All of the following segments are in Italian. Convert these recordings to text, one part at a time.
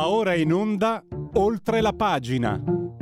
Va ora in onda Oltre la pagina.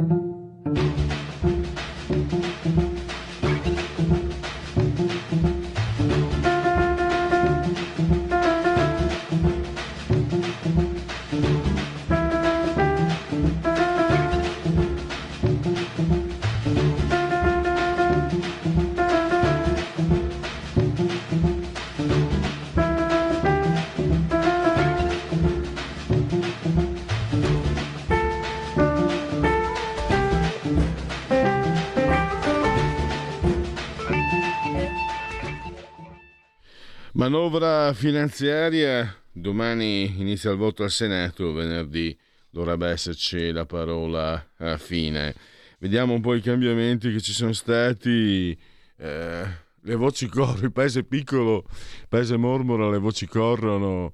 Manovra finanziaria, domani inizia il voto al Senato, venerdì dovrebbe esserci la parola fine. Vediamo un po' i cambiamenti che ci sono stati, le voci corrono, il paese è piccolo, il paese mormora, le voci corrono,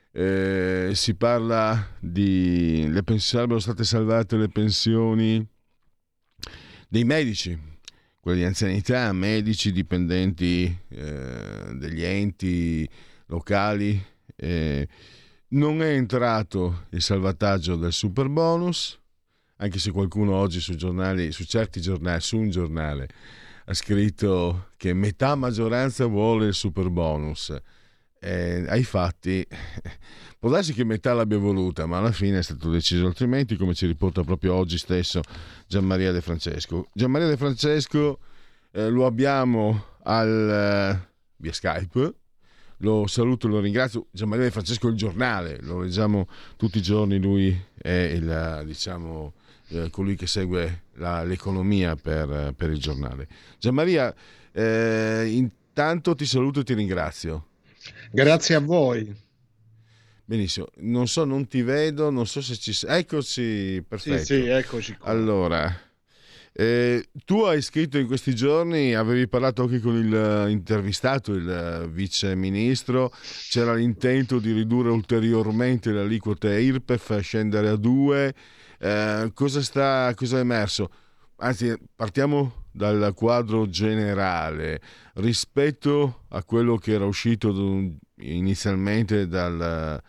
si parla di sarebbero state salvate le pensioni dei medici, quelli di anzianità, medici, dipendenti degli enti locali. Non è entrato il salvataggio del super bonus, anche se qualcuno oggi sui giornali, su certi giornali, su un giornale ha scritto che metà maggioranza vuole il super bonus. Ai fatti può darsi che metà l'abbia voluta, ma alla fine è stato deciso altrimenti, come ci riporta proprio oggi stesso Gianmaria De Francesco. Gianmaria De Francesco lo abbiamo via Skype, lo saluto e lo ringrazio. Gianmaria De Francesco è il giornale, lo leggiamo tutti i giorni, lui è colui che segue l'economia per il giornale. Gianmaria, intanto ti saluto e ti ringrazio. Grazie a voi. Benissimo, non ti vedo, non so se ci sei. Eccoci, perfetto. Sì, eccoci qua. Allora, tu hai scritto in questi giorni, avevi parlato anche con il intervistato, il vice ministro, c'era l'intento di ridurre ulteriormente le aliquote IRPEF, scendere a 2. Cosa è emerso? Anzi, partiamo dal quadro generale rispetto a quello che era uscito inizialmente dal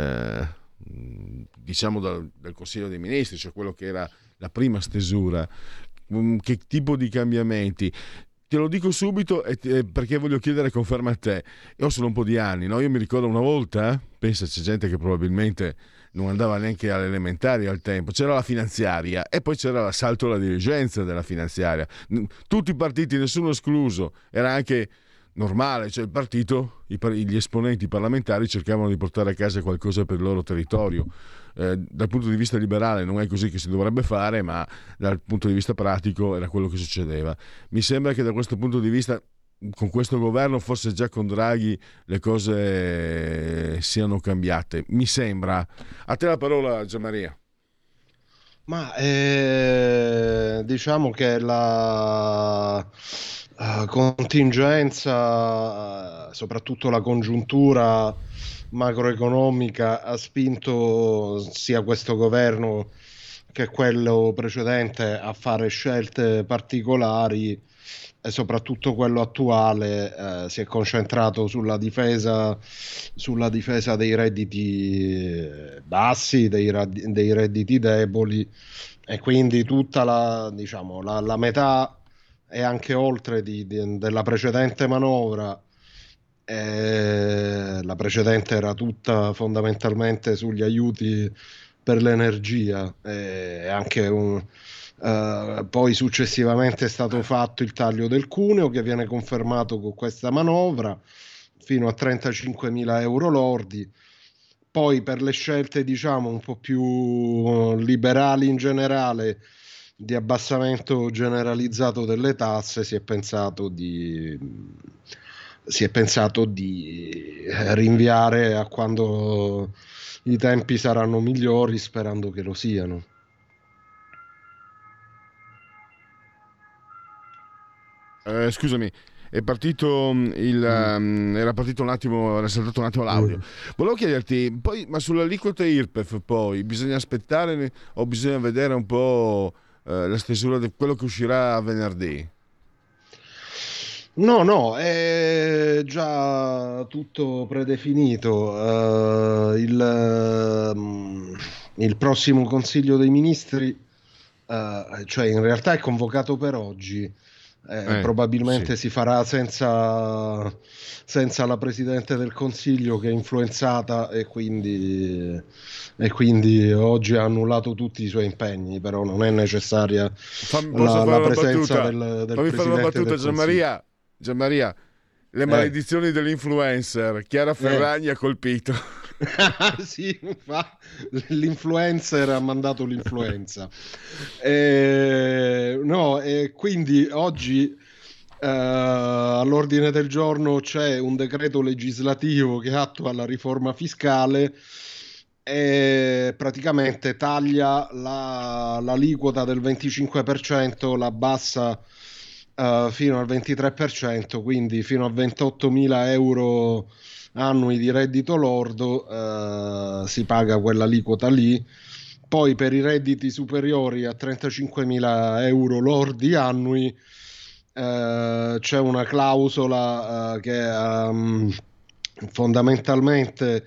Consiglio dei Ministri, cioè quello che era la prima stesura. Che tipo di cambiamenti? Te lo dico subito perché voglio chiedere conferma a te. Io sono un po' di anni, no? Io mi ricordo una volta, pensa, c'è gente che probabilmente non andava neanche alle elementari al tempo, c'era la finanziaria e poi c'era l'assalto alla dirigenza della finanziaria, tutti i partiti, nessuno escluso, era anche normale, cioè il partito, gli esponenti parlamentari cercavano di portare a casa qualcosa per il loro territorio. Dal punto di vista liberale non è così che si dovrebbe fare, ma dal punto di vista pratico era quello che succedeva. Mi sembra che da questo punto di vista, con questo governo, forse già con Draghi, le cose siano cambiate. Mi sembra. A te la parola, Gianmaria. Ma diciamo che la contingenza, soprattutto la congiuntura macroeconomica, ha spinto sia questo governo che quello precedente a fare scelte particolari, e soprattutto quello attuale si è concentrato sulla difesa dei redditi bassi, dei redditi deboli, e quindi tutta la metà e anche oltre della precedente manovra. La precedente era tutta fondamentalmente sugli aiuti per l'energia, e anche poi successivamente è stato fatto il taglio del cuneo, che viene confermato con questa manovra fino a 35.000 euro lordi. Poi per le scelte diciamo un po' più liberali in generale, di abbassamento generalizzato delle tasse, si è pensato di rinviare a quando i tempi saranno migliori, sperando che lo siano. Scusami, è partito era partito un attimo, era saltato un attimo l'audio. Volevo chiederti poi, ma sull'aliquota IRPEF poi bisogna aspettare o bisogna vedere un po' la stesura di quello che uscirà venerdì? No, è già tutto predefinito. il prossimo Consiglio dei Ministri, cioè in realtà è convocato per oggi, probabilmente sì. si farà senza la Presidente del Consiglio che è influenzata e quindi oggi ha annullato tutti i suoi impegni, però non è necessaria Posso fare la una presenza battuta? del Fammi fare una Presidente battuta, del Consiglio. Gianmaria, le Eh. maledizioni dell'influencer. Chiara Eh. Ferragni ha colpito. Sì, l'influencer ha mandato l'influenza. No, e quindi oggi all'ordine del giorno c'è un decreto legislativo che attua la riforma fiscale e praticamente taglia l'aliquota del 25%, la bassa fino al 23%, quindi fino a 28.000 euro annui di reddito lordo si paga quell'aliquota lì. Poi per i redditi superiori a 35.000 euro lordi annui c'è una clausola che fondamentalmente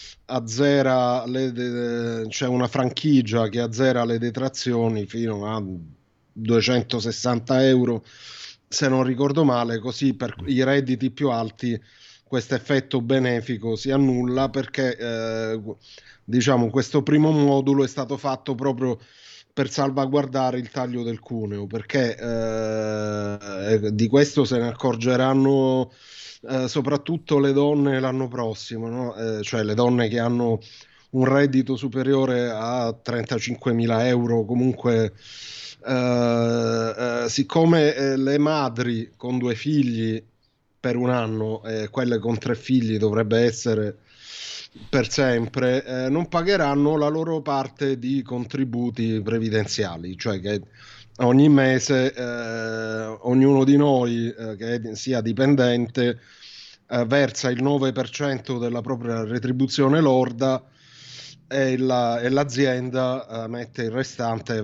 c'è una franchigia che azzera le detrazioni fino a 260 euro, se non ricordo male, così per i redditi più alti questo effetto benefico si annulla perché diciamo questo primo modulo è stato fatto proprio per salvaguardare il taglio del cuneo, perché di questo se ne accorgeranno soprattutto le donne l'anno prossimo, no? Cioè le donne che hanno un reddito superiore a 35.000 euro, comunque siccome le madri con 2 figli per un anno e quelle con 3 figli dovrebbe essere per sempre, non pagheranno la loro parte di contributi previdenziali, cioè che ogni mese ognuno di noi che sia dipendente versa il 9% della propria retribuzione lorda e l'azienda mette il restante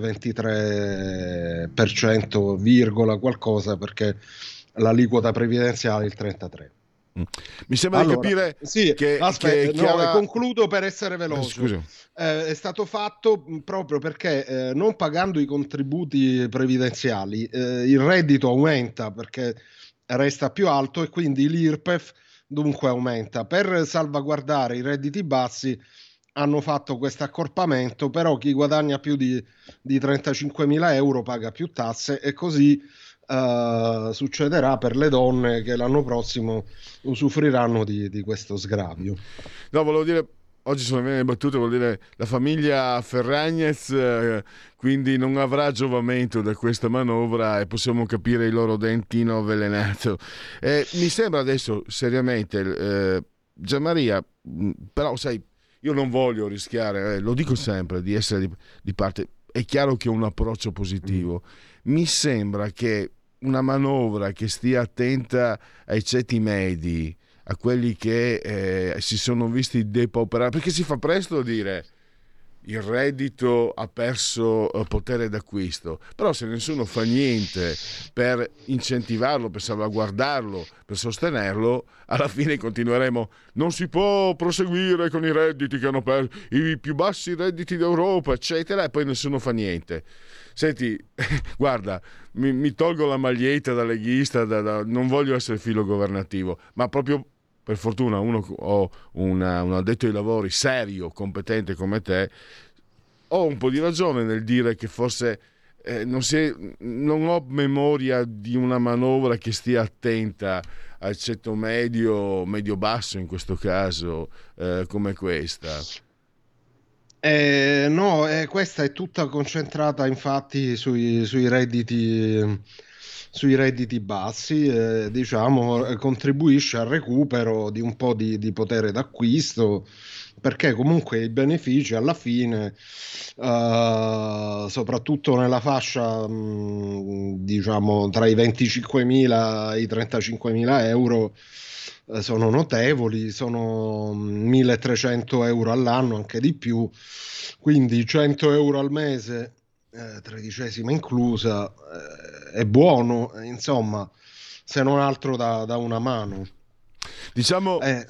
23%, virgola qualcosa, perché l'aliquota previdenziale è il 33%. Mi sembra di Allora, capire sì, che aspetta, no, Chiara... concludo per essere veloce. Scusa. È stato fatto proprio perché non pagando i contributi previdenziali, il reddito aumenta perché resta più alto e quindi l'IRPEF dunque aumenta. Per salvaguardare i redditi bassi hanno fatto questo accorpamento, però chi guadagna più di 35.000 euro paga più tasse e così succederà per le donne che l'anno prossimo usufruiranno di questo sgravio. No, volevo dire, oggi sono bene battute, vuol dire la famiglia Ferragnez quindi non avrà giovamento da questa manovra e possiamo capire il loro dentino avvelenato. Mi sembra adesso, seriamente, Gianmaria, però sai, io non voglio rischiare, lo dico sempre, di essere di parte. È chiaro che ho un approccio positivo. Mi sembra che una manovra che stia attenta ai ceti medi, a quelli che si sono visti depauperare, perché si fa presto a dire il reddito ha perso potere d'acquisto, però se nessuno fa niente per incentivarlo, per salvaguardarlo, per sostenerlo, alla fine continueremo. Non si può proseguire con i redditi che hanno perso, i più bassi redditi d'Europa, eccetera, e poi nessuno fa niente. Senti, guarda, mi tolgo la maglietta da leghista, non voglio essere filo governativo, ma proprio per fortuna ho un addetto ai lavori serio, competente come te, ho un po' di ragione nel dire che forse non ho memoria di una manovra che stia attenta al ceto medio-basso in questo caso, come questa. No, questa è tutta concentrata infatti sui redditi bassi, diciamo, contribuisce al recupero di un po' di potere d'acquisto, perché comunque i benefici alla fine, soprattutto nella fascia, diciamo, tra i 25.000 e i 35.000 euro, sono notevoli, sono 1.300 euro all'anno, anche di più, quindi 100 euro al mese, tredicesima inclusa, è buono, insomma, se non altro da una mano. Diciamo, Eh,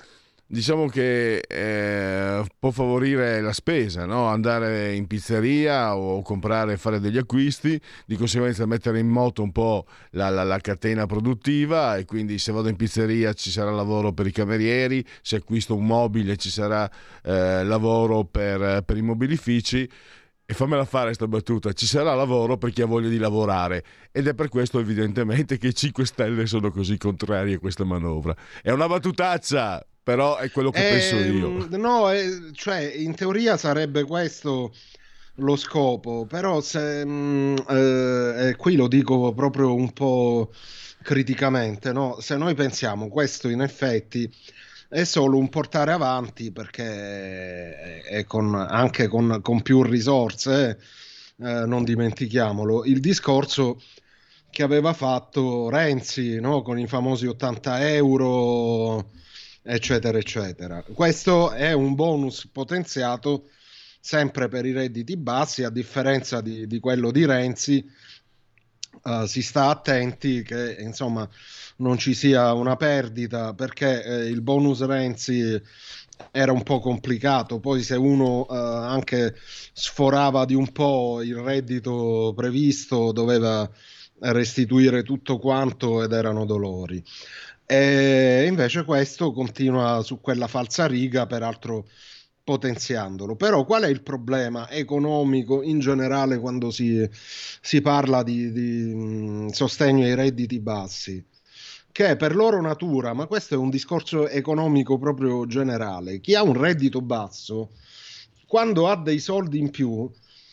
diciamo che può favorire la spesa, no? Andare in pizzeria o comprare, fare degli acquisti, di conseguenza mettere in moto un po' la catena produttiva, e quindi se vado in pizzeria ci sarà lavoro per i camerieri, se acquisto un mobile ci sarà lavoro per i mobilifici. E fammela fare sta battuta, ci sarà lavoro per chi ha voglia di lavorare, ed è per questo evidentemente che i 5 Stelle sono così contrari a questa manovra. È una battutaccia, però è quello che penso io. No, cioè in teoria sarebbe questo lo scopo, però se, qui lo dico proprio un po' criticamente, no? Se noi pensiamo questo in effetti è solo un portare avanti, perché è anche con più risorse, non dimentichiamolo, il discorso che aveva fatto Renzi, no? Con i famosi 80 euro, eccetera, eccetera. Questo è un bonus potenziato sempre per i redditi bassi, a differenza di quello di Renzi. Si sta attenti che insomma non ci sia una perdita, perché il bonus Renzi era un po' complicato, poi se uno anche sforava di un po' il reddito previsto doveva restituire tutto quanto, ed erano dolori. E invece questo continua su quella falsariga, peraltro potenziandolo. Però qual è il problema economico in generale quando si parla di sostegno ai redditi bassi? Che per loro natura, ma questo è un discorso economico proprio generale, chi ha un reddito basso, quando ha dei soldi in più,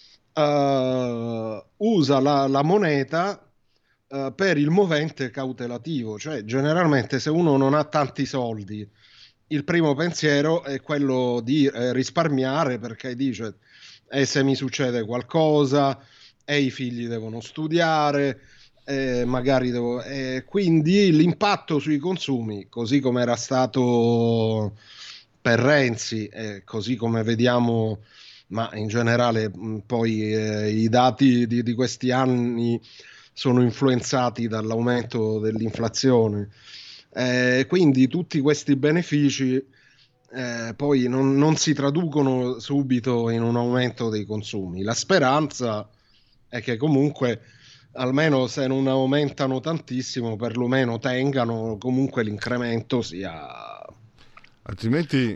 usa la moneta per il movente cautelativo. Cioè generalmente se uno non ha tanti soldi, il primo pensiero è quello di risparmiare, perché dice se mi succede qualcosa, i figli devono studiare, magari devo, quindi l'impatto sui consumi, così come era stato per Renzi, così come vediamo, ma in generale poi i dati di questi anni sono influenzati dall'aumento dell'inflazione. Quindi tutti questi benefici poi non si traducono subito in un aumento dei consumi. La speranza è che comunque, almeno se non aumentano tantissimo, perlomeno tengano, comunque l'incremento sia... Altrimenti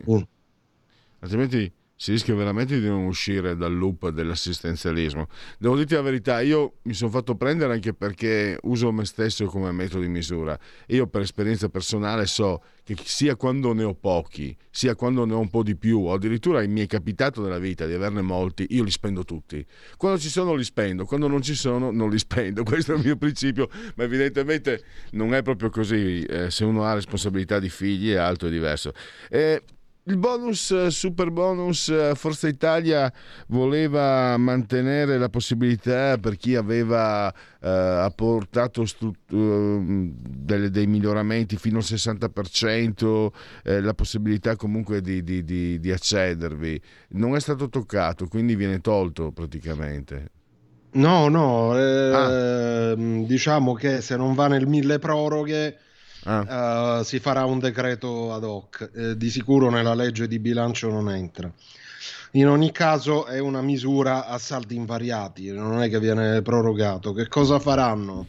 si rischia veramente di non uscire dal loop dell'assistenzialismo. Devo dirti la verità, io mi sono fatto prendere anche perché uso me stesso come metodo di misura. Io per esperienza personale so che sia quando ne ho pochi, sia quando ne ho un po' di più, o addirittura mi è capitato nella vita di averne molti, io li spendo tutti. Quando ci sono li spendo, quando non ci sono non li spendo. Questo è il mio principio, ma evidentemente non è proprio così. Se uno ha responsabilità di figli è altro e diverso. Il bonus, super bonus, Forza Italia voleva mantenere la possibilità per chi aveva apportato dei miglioramenti fino al 60%, la possibilità comunque di accedervi. Non è stato toccato, quindi viene tolto praticamente. No, diciamo che se non va nel mille proroghe si farà un decreto ad hoc, di sicuro nella legge di bilancio non entra. In ogni caso è una misura a saldi invariati, non è che viene prorogato. Che cosa faranno?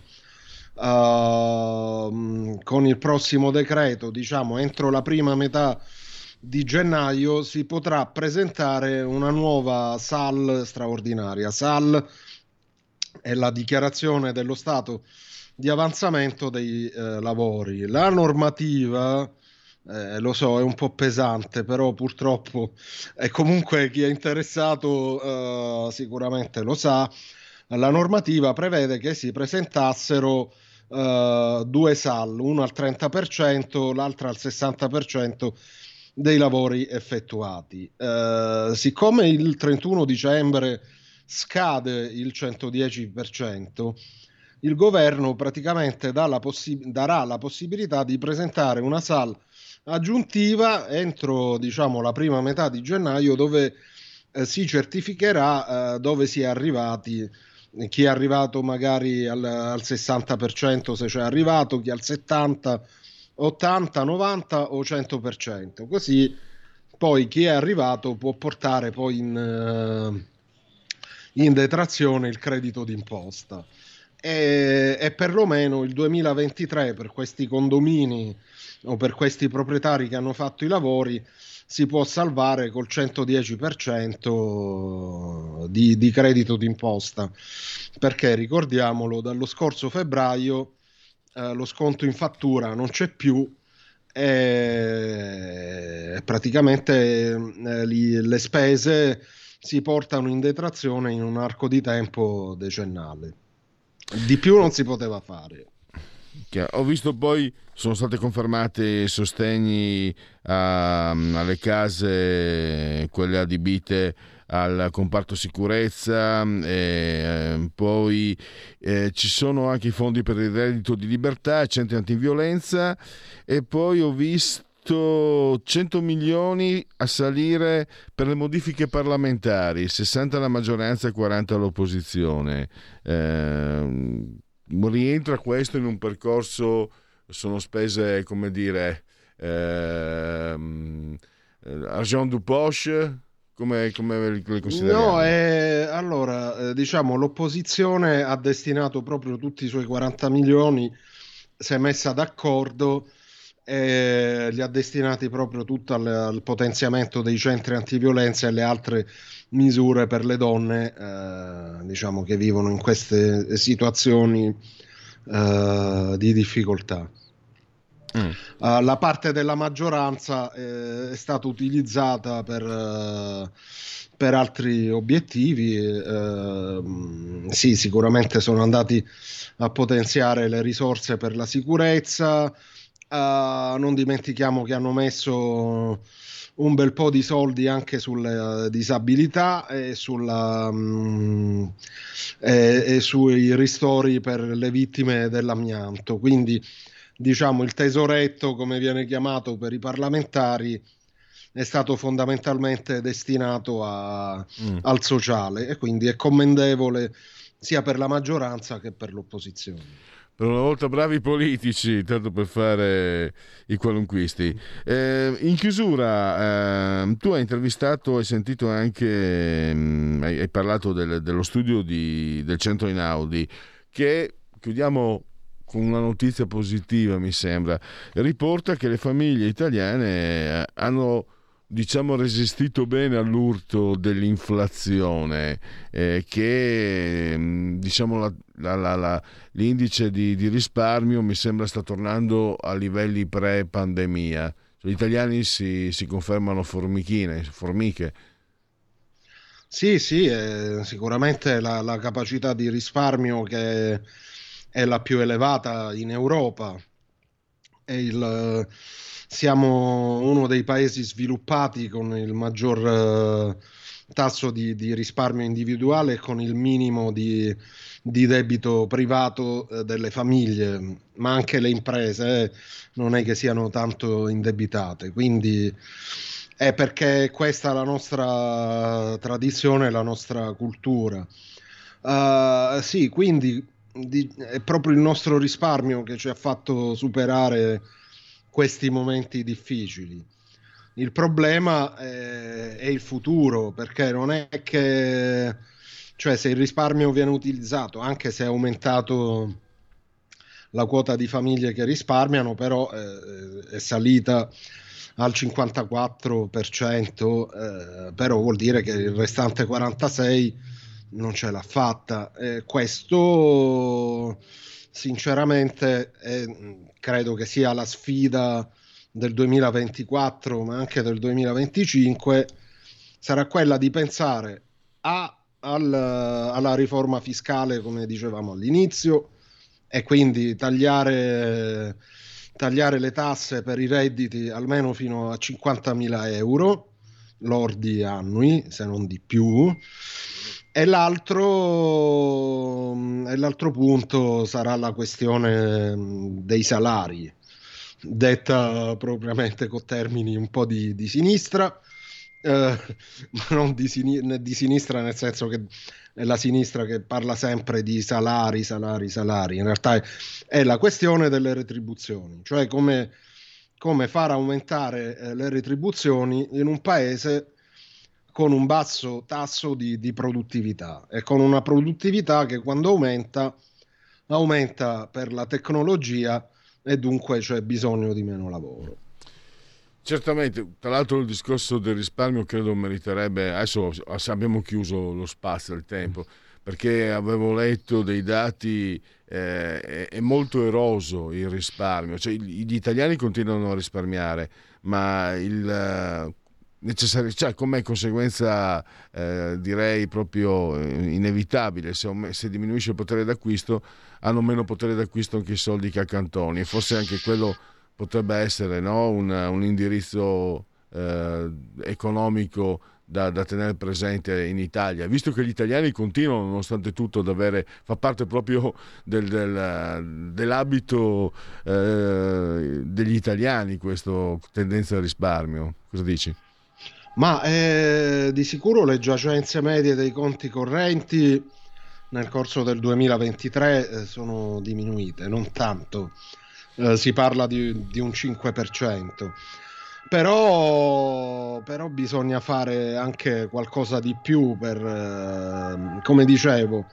Con il prossimo decreto, diciamo entro la prima metà di gennaio, si potrà presentare una nuova SAL straordinaria. SAL è la dichiarazione dello stato di avanzamento dei lavori. La normativa, lo so, è un po' pesante, però purtroppo, e comunque chi è interessato sicuramente lo sa, la normativa prevede che si presentassero due SAL, una al 30%, l'altra al 60% dei lavori effettuati. Siccome il 31 dicembre scade il 110%, il governo praticamente darà la possibilità di presentare una SAL aggiuntiva entro, diciamo, la prima metà di gennaio, dove si certificherà dove si è arrivati, chi è arrivato magari al 60%, se c'è arrivato, chi al 70%, 80, 90 o 100%, così poi chi è arrivato può portare poi in detrazione il credito d'imposta. E perlomeno il 2023 per questi condomini o per questi proprietari che hanno fatto i lavori si può salvare col 110% di credito d'imposta, perché ricordiamolo, dallo scorso febbraio lo sconto in fattura non c'è più e praticamente le spese si portano in detrazione in un arco di tempo decennale. Di più non si poteva fare. Ho visto poi sono state confermate sostegni alle case, quelle adibite al comparto sicurezza, poi ci sono anche i fondi per il reddito di libertà, centri antiviolenza, e poi ho visto 100 milioni a salire per le modifiche parlamentari, 60 alla maggioranza e 40 all'opposizione. Rientra questo in un percorso, sono spese, come dire, argent du poche, come le consideriamo? No, allora, diciamo, l'opposizione ha destinato proprio tutti i suoi 40 milioni, si è messa d'accordo e li ha destinati proprio tutto al potenziamento dei centri antiviolenza e alle altre misure per le donne, diciamo, che vivono in queste situazioni di difficoltà. La parte della maggioranza è stata utilizzata per altri obiettivi. Sì, sicuramente sono andati a potenziare le risorse per la sicurezza. Non dimentichiamo che hanno messo un bel po' di soldi anche sulle disabilità e e sui ristori per le vittime dell'amianto. Quindi, diciamo, il tesoretto, come viene chiamato per i parlamentari, è stato fondamentalmente destinato al sociale, e quindi è commendevole sia per la maggioranza che per l'opposizione. Per una volta bravi politici, tanto per fare i qualunquisti. In chiusura, tu hai intervistato, hai sentito anche, hai parlato dello studio del centro Einaudi, che, chiudiamo con una notizia positiva, mi sembra, riporta che le famiglie italiane hanno, diciamo, resistito bene all'urto dell'inflazione, che diciamo l'indice di risparmio mi sembra sta tornando a livelli pre-pandemia. Gli italiani si confermano formiche. Sì, sì, sicuramente la capacità di risparmio che è la più elevata in Europa. Siamo uno dei paesi sviluppati con il maggior tasso di risparmio individuale e con il minimo di debito privato delle famiglie, ma anche le imprese non è che siano tanto indebitate. Quindi è perché questa è la nostra tradizione, la nostra cultura. Sì, quindi è proprio il nostro risparmio che ci ha fatto superare questi momenti difficili. Il problema è il futuro, perché non è che, cioè, se il risparmio viene utilizzato, anche se è aumentato la quota di famiglie che risparmiano, però è salita al 54%, però vuol dire che il restante 46% non ce l'ha fatta. Questo sinceramente credo che sia la sfida del 2024, ma anche del 2025, sarà quella di pensare alla riforma fiscale, come dicevamo all'inizio, e quindi tagliare le tasse per i redditi almeno fino a 50.000 euro lordi annui, se non di più. E l'altro punto sarà la questione dei salari, detta propriamente con termini un po' di sinistra, ma non di sinistra, nel senso che è la sinistra che parla sempre di salari. In realtà è la questione delle retribuzioni, cioè come far aumentare le retribuzioni in un paese con un basso tasso di produttività e con una produttività che quando aumenta per la tecnologia e dunque c'è bisogno di meno lavoro. Certamente, tra l'altro il discorso del risparmio credo meriterebbe, adesso abbiamo chiuso lo spazio, il tempo, perché avevo letto dei dati, è molto eroso il risparmio, cioè gli italiani continuano a risparmiare, ma cioè, come conseguenza direi proprio inevitabile, se diminuisce il potere d'acquisto hanno meno potere d'acquisto anche i soldi che accantoni, e forse anche quello potrebbe essere, no? un indirizzo economico da tenere presente in Italia, visto che gli italiani continuano nonostante tutto ad fa parte proprio dell'abito degli italiani questa tendenza al risparmio. Cosa dici? Ma di sicuro le giacenze medie dei conti correnti nel corso del 2023 sono diminuite, non tanto, si parla di un 5%, però bisogna fare anche qualcosa di più come dicevo,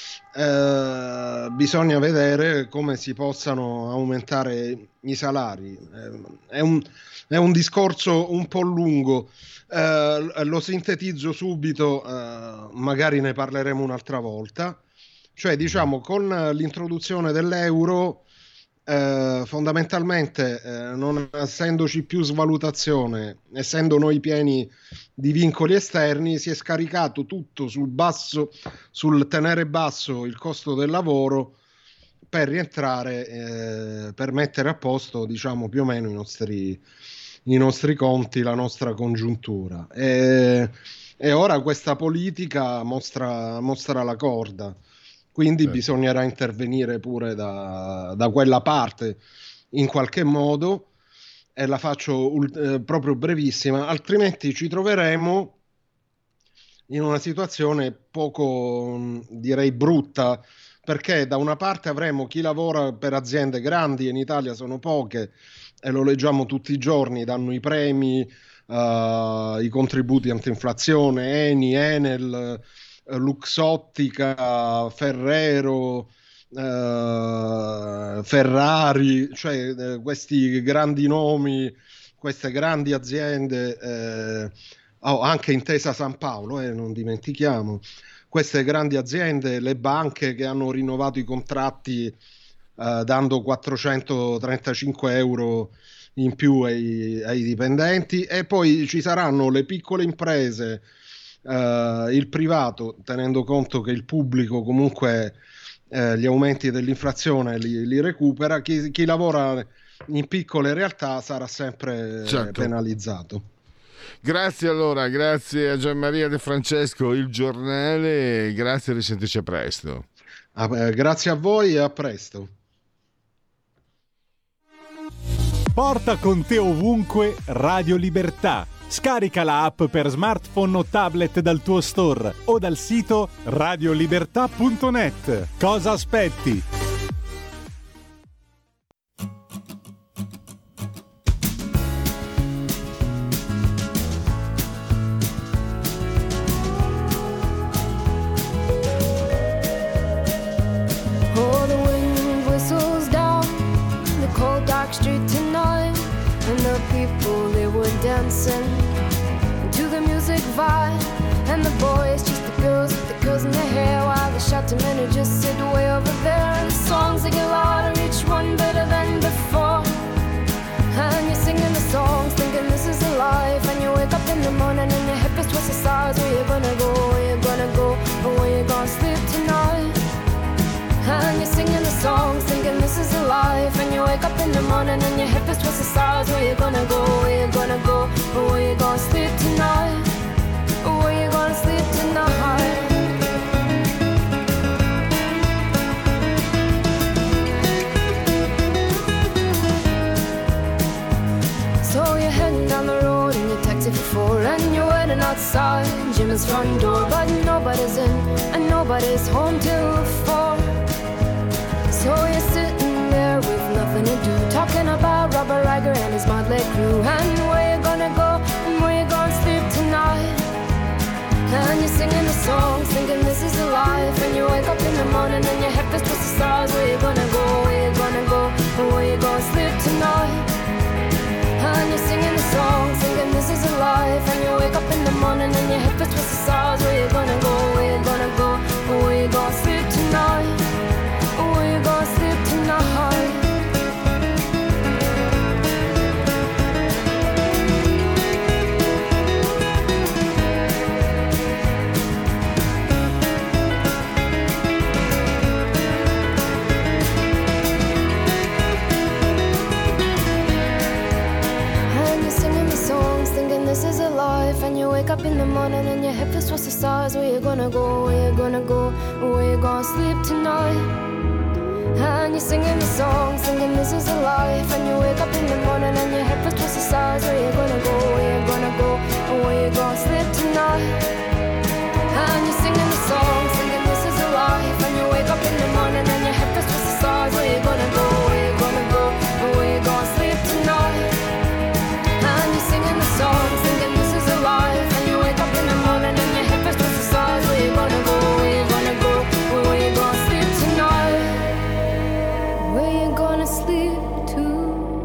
bisogna vedere come si possano aumentare i salari. È un discorso un po' lungo. Lo sintetizzo subito, magari ne parleremo un'altra volta. Cioè, diciamo, con l'introduzione dell'euro, fondamentalmente, non essendoci più svalutazione, essendo noi pieni di vincoli esterni, si è scaricato tutto sul tenere basso il costo del lavoro per rientrare, per mettere a posto, diciamo, più o meno i nostri conti, la nostra congiuntura, e ora questa politica mostra la corda, quindi bisognerà intervenire pure da quella parte in qualche modo, e la faccio proprio brevissima, altrimenti ci troveremo in una situazione poco, direi, brutta, perché da una parte avremo chi lavora per aziende grandi, e in Italia sono poche, e lo leggiamo tutti i giorni, danno i premi, i contributi antinflazione, Eni, Enel, Luxottica, Ferrero, Ferrari, cioè questi grandi nomi, queste grandi aziende, anche Intesa San Paolo, non dimentichiamo, queste grandi aziende, le banche che hanno rinnovato i contratti dando 435 euro in più ai dipendenti, e poi ci saranno le piccole imprese, il privato, tenendo conto che il pubblico comunque gli aumenti dell'inflazione li recupera, chi lavora in piccole realtà sarà sempre penalizzato. Grazie a Gianmaria De Francesco, Il Giornale, grazie, risentirci a presto. Grazie a voi e a presto. Porta con te ovunque Radio Libertà. Scarica la app per smartphone o tablet dal tuo store o dal sito radiolibertà.net. Cosa aspetti? Dancing to the music vibe, and the boys, just the girls with the curls in their hair, while the shouting men who just sit way over there. And the songs they get louder, each one better than before. And you're singing the songs, thinking this is a life. And you wake up in the morning and your hip is twisted sides. Where you gonna go? Where you gonna go? Or where you gonna sleep tonight? And you're singing the songs, thinking this is a life. And you wake up in the morning and your hip is twisted sides. Where you gonna go? Where you gonna go? Or where you gonna sleep tonight? Or where you gonna sleep tonight? So you're heading down the road in your taxi for 4, and you're waiting standing outside Jim's front door, but nobody's in and nobody's home till 4. So you're sitting there with nothing to do, talking about Robert Riger and his motley crew, and where you gonna go and where you gonna sleep tonight. And you're singing the songs, thinking this is a life. And you wake up in the morning and your head feels towards the stars. Where you gonna go, where you gonna go, and where you gonna sleep tonight. And you're singing the songs, thinking this is a life. And you wake up in the morning and your head feels towards the stars. Where you gonna go, where you gonna go, and where you gonna sleep tonight. Where you gonna sleep tonight. This is a life, and you wake up in the morning and your head feels towards the stars. Where you gonna go, where you gonna go, where you gonna sleep tonight. And you're singing the song, thinking this is a life. And you wake up in the morning and your head feels towards the stars. Where you gonna go, where you gonna go, where you gonna sleep tonight. And you're singing the song, thinking this is a life. And you wake up in the morning and your head feels towards the stars. Where you gonna go, where you gonna go, where you gonna sleep tonight. And you're singing the song, thinking this is a life. And you wake up in the morning and your head feels towards the stars. Where you gonna go, where you gonna go, where you gonna sleep tonight. Where you gonna sleep tonight.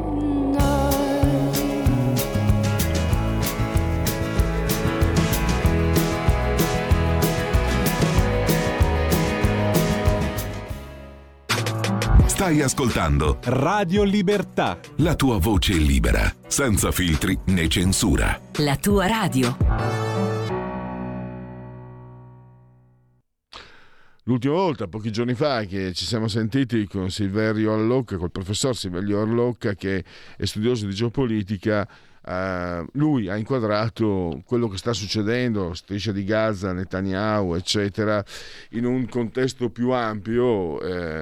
Stai ascoltando Radio Libertà. la tua voce libera, senza filtri né censura. La tua radio. L'ultima volta, pochi giorni fa, che ci siamo sentiti con Silverio Allocca, col professor Silverio Allocca, che è studioso di geopolitica, lui ha inquadrato quello che sta succedendo, striscia di Gaza, Netanyahu, eccetera, in un contesto più ampio,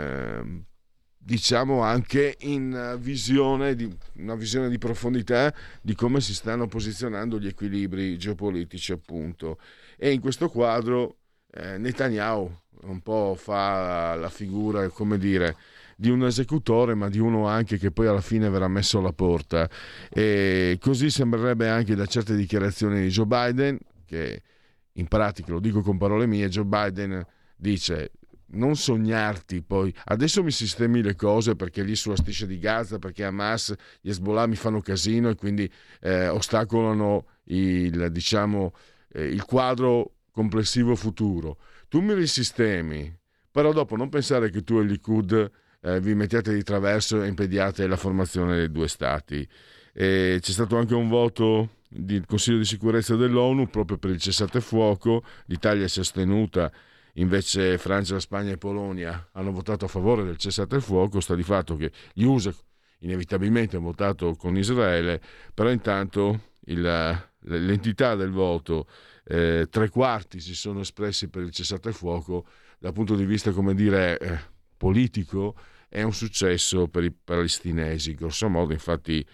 diciamo anche in una visione di profondità di come si stanno posizionando gli equilibri geopolitici, appunto. E in questo quadro Netanyahu un po' fa la figura, come dire, di un esecutore, ma di uno anche che poi alla fine verrà messo alla porta. E così sembrerebbe anche da certe dichiarazioni di Joe Biden, che in pratica, lo dico con parole mie, Joe Biden dice: non sognarti poi, adesso mi sistemi le cose perché lì sulla striscia di Gaza, perché Hamas, gli Hezbollah mi fanno casino e quindi ostacolano il quadro complessivo futuro. Tu mi risistemi, però dopo non pensare che tu e il Likud vi mettiate di traverso e impediate la formazione dei due stati. C'è stato anche un voto del Consiglio di sicurezza dell'ONU proprio per il cessate fuoco. L'Italia si è astenuta, invece Francia, Spagna e Polonia hanno votato a favore del cessate il fuoco. Sta di fatto che gli USA inevitabilmente hanno votato con Israele, però intanto l'entità del voto, 3/4 si sono espressi per il cessate il fuoco. Dal punto di vista, come dire, politico, è un successo per i palestinesi. Grosso modo, infatti,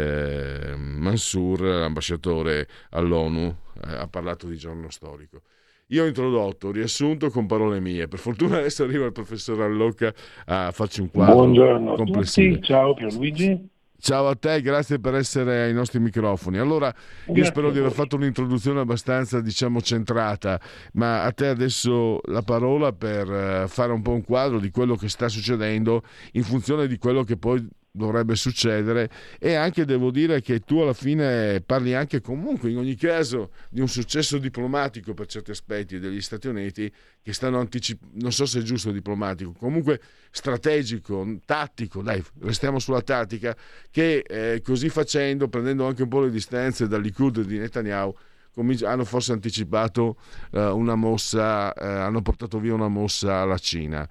Mansour, l'ambasciatore all'ONU, ha parlato di giorno storico. Io ho introdotto, ho riassunto con parole mie. Per fortuna adesso arriva il professor Allocca a farci un quadro Buongiorno complessivo. a tutti, ciao Pierluigi. Ciao a te, grazie per essere ai nostri microfoni. Allora, io spero di aver fatto un'introduzione abbastanza, diciamo, centrata, ma a te adesso la parola per fare un po' un quadro di quello che sta succedendo in funzione di quello che poi dovrebbe succedere. E anche devo dire che tu alla fine parli anche comunque, in ogni caso, di un successo diplomatico per certi aspetti degli Stati Uniti, che stanno non so se è giusto diplomatico, comunque strategico, tattico, dai, restiamo sulla tattica, che così facendo, prendendo anche un po' le distanze dal Likud di Netanyahu, hanno forse anticipato una mossa, hanno portato via una mossa alla Cina.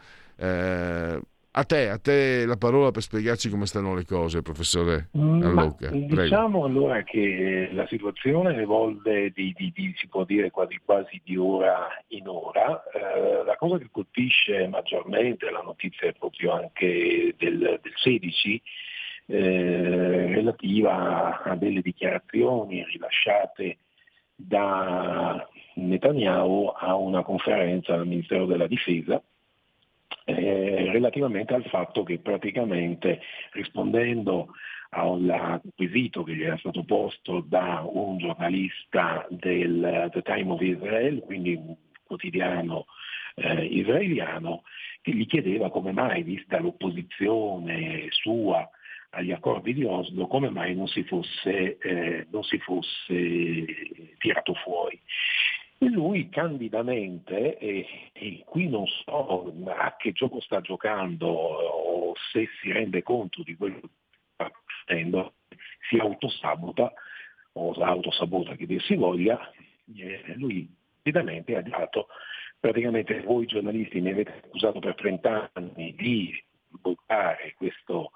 A te la parola per spiegarci come stanno le cose, professore Allocca. Diciamo allora che la situazione evolve si può dire quasi di ora in ora. La cosa che colpisce maggiormente, la notizia è proprio anche del 16, relativa a delle dichiarazioni rilasciate da Netanyahu a una conferenza al Ministero della Difesa relativamente al fatto che praticamente, rispondendo a un quesito che gli era stato posto da un giornalista del The Time of Israel, quindi un quotidiano israeliano, che gli chiedeva come mai, vista l'opposizione sua agli accordi di Oslo, come mai non si fosse tirato fuori. E lui candidamente, e qui non so a che gioco sta giocando o se si rende conto di quello che sta facendo, si autosabota o autosabota che dir si voglia, lui candidamente ha detto praticamente: voi giornalisti mi avete accusato per 30 anni di bloccare questo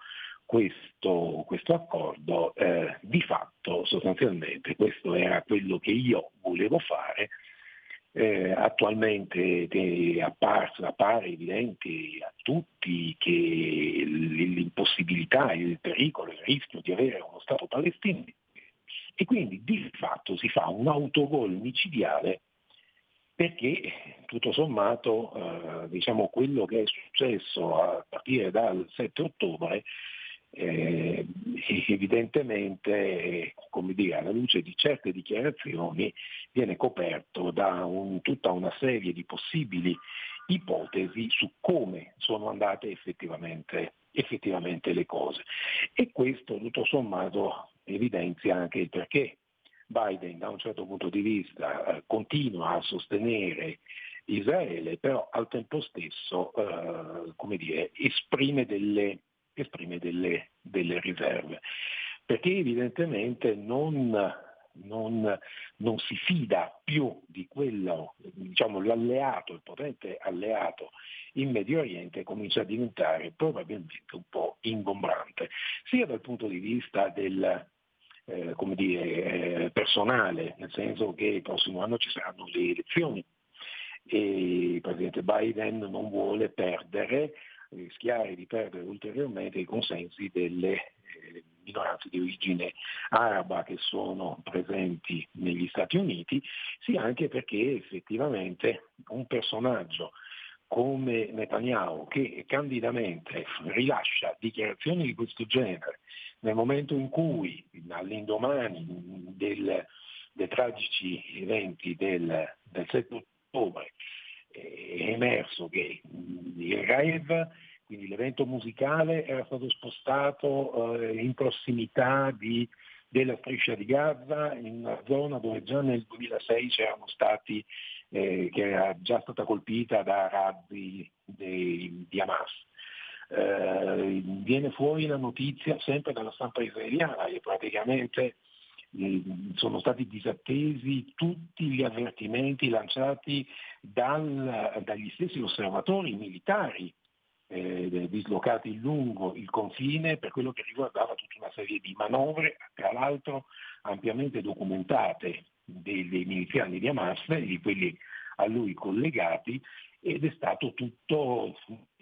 accordo, di fatto sostanzialmente questo era quello che io volevo fare. Attualmente appare evidente a tutti che l'impossibilità, il pericolo, il rischio di avere uno Stato palestinese, e quindi di fatto si fa un autogol micidiale, perché tutto sommato diciamo quello che è successo a partire dal 7 ottobre evidentemente, come dire, alla luce di certe dichiarazioni, viene coperto da tutta una serie di possibili ipotesi su come sono andate effettivamente le cose. E questo tutto sommato evidenzia anche il perché Biden da un certo punto di vista continua a sostenere Israele, però al tempo stesso come dire, esprime delle riserve, perché evidentemente non si fida più di quello, diciamo, il potente alleato in Medio Oriente comincia a diventare probabilmente un po' ingombrante, sia dal punto di vista del personale, nel senso che il prossimo anno ci saranno le elezioni e il presidente Biden non vuole rischiare di perdere ulteriormente i consensi delle minoranze di origine araba che sono presenti negli Stati Uniti, sia anche perché effettivamente un personaggio come Netanyahu, che candidamente rilascia dichiarazioni di questo genere nel momento in cui, all'indomani dei tragici eventi del 7 ottobre, è emerso che il rave, quindi l'evento musicale, era stato spostato in prossimità della striscia di Gaza, in una zona dove già nel 2006 c'erano stati, che era già stata colpita da razzi di Hamas. Viene fuori la notizia sempre dalla stampa israeliana che praticamente sono stati disattesi tutti gli avvertimenti lanciati dagli stessi osservatori militari dislocati lungo il confine per quello che riguardava tutta una serie di manovre, tra l'altro ampiamente documentate dei miliziani di Hamas e di quelli a lui collegati, ed è stato tutto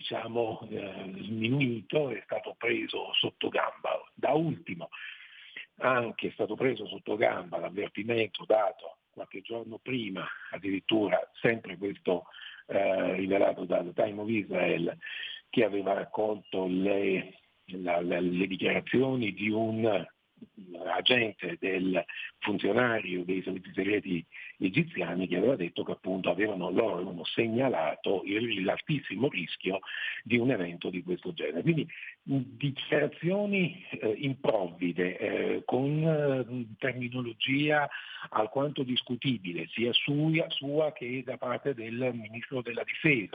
sminuito, è stato preso sotto gamba. Da ultimo anche è stato preso sotto gamba l'avvertimento dato qualche giorno prima, addirittura sempre questo rivelato dal Time of Israel, che aveva raccolto le dichiarazioni di un agente del funzionario dei servizi segreti egiziani, che aveva detto che appunto loro avevano segnalato l'altissimo rischio di un evento di questo genere. Quindi dichiarazioni improvvide, con terminologia alquanto discutibile, sia sua che da parte del Ministro della Difesa.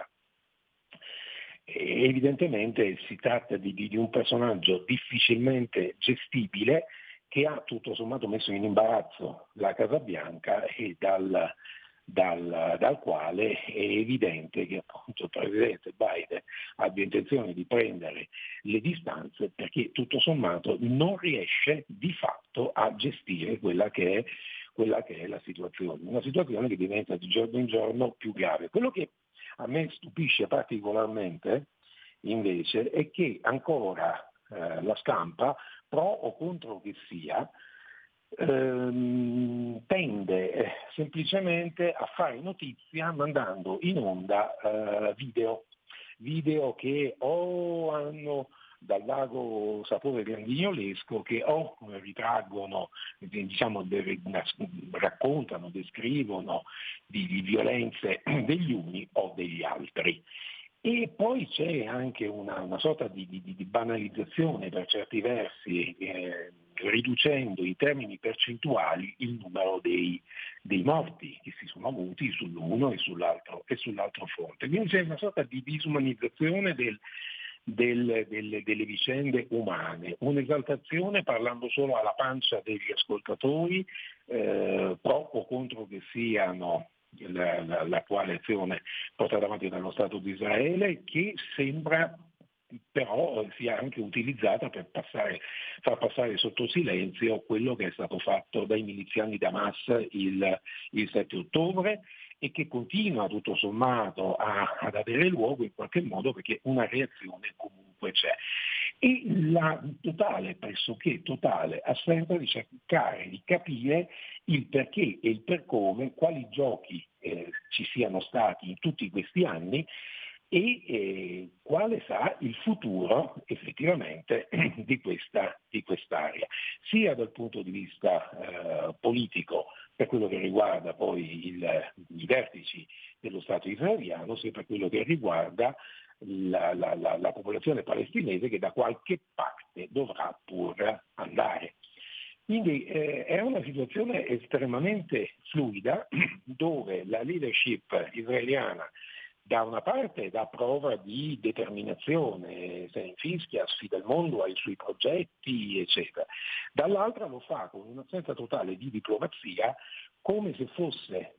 Evidentemente si tratta di un personaggio difficilmente gestibile, che ha tutto sommato messo in imbarazzo la Casa Bianca e dal quale è evidente che appunto il presidente Biden abbia intenzione di prendere le distanze, perché tutto sommato non riesce di fatto a gestire quella che è la situazione, una situazione che diventa di giorno in giorno più grave. Quello che a me stupisce particolarmente invece è che ancora la stampa, pro o contro che sia, tende semplicemente a fare notizia mandando in onda video che o hanno dal vago sapore grandignolesco, che o ritraggono, diciamo, raccontano, descrivono di violenze degli uni o degli altri. E poi c'è anche una sorta di banalizzazione per certi versi, riducendo in termini percentuali il numero dei morti che si sono avuti sull'uno e sull'altro fronte. Quindi c'è una sorta di disumanizzazione delle vicende umane, un'esaltazione parlando solo alla pancia degli ascoltatori, pro o contro che siano l'attuale azione portata avanti dallo Stato di Israele, che sembra però sia anche utilizzata per far passare sotto silenzio quello che è stato fatto dai miliziani di Hamas il 7 ottobre e che continua tutto sommato ad avere luogo in qualche modo, perché una reazione comunque c'è. E la pressoché totale assenza di cercare di capire il perché e il per come, quali giochi ci siano stati in tutti questi anni e quale sarà il futuro effettivamente di quest'area, sia dal punto di vista politico per quello che riguarda poi i vertici dello Stato israeliano, sia per quello che riguarda la popolazione palestinese, che da qualche parte dovrà pur andare. Quindi è una situazione estremamente fluida, dove la leadership israeliana da una parte dà prova di determinazione, se ne infischia, sfida il mondo ai suoi progetti, eccetera. Dall'altra lo fa con un'assenza totale di diplomazia, come se fosse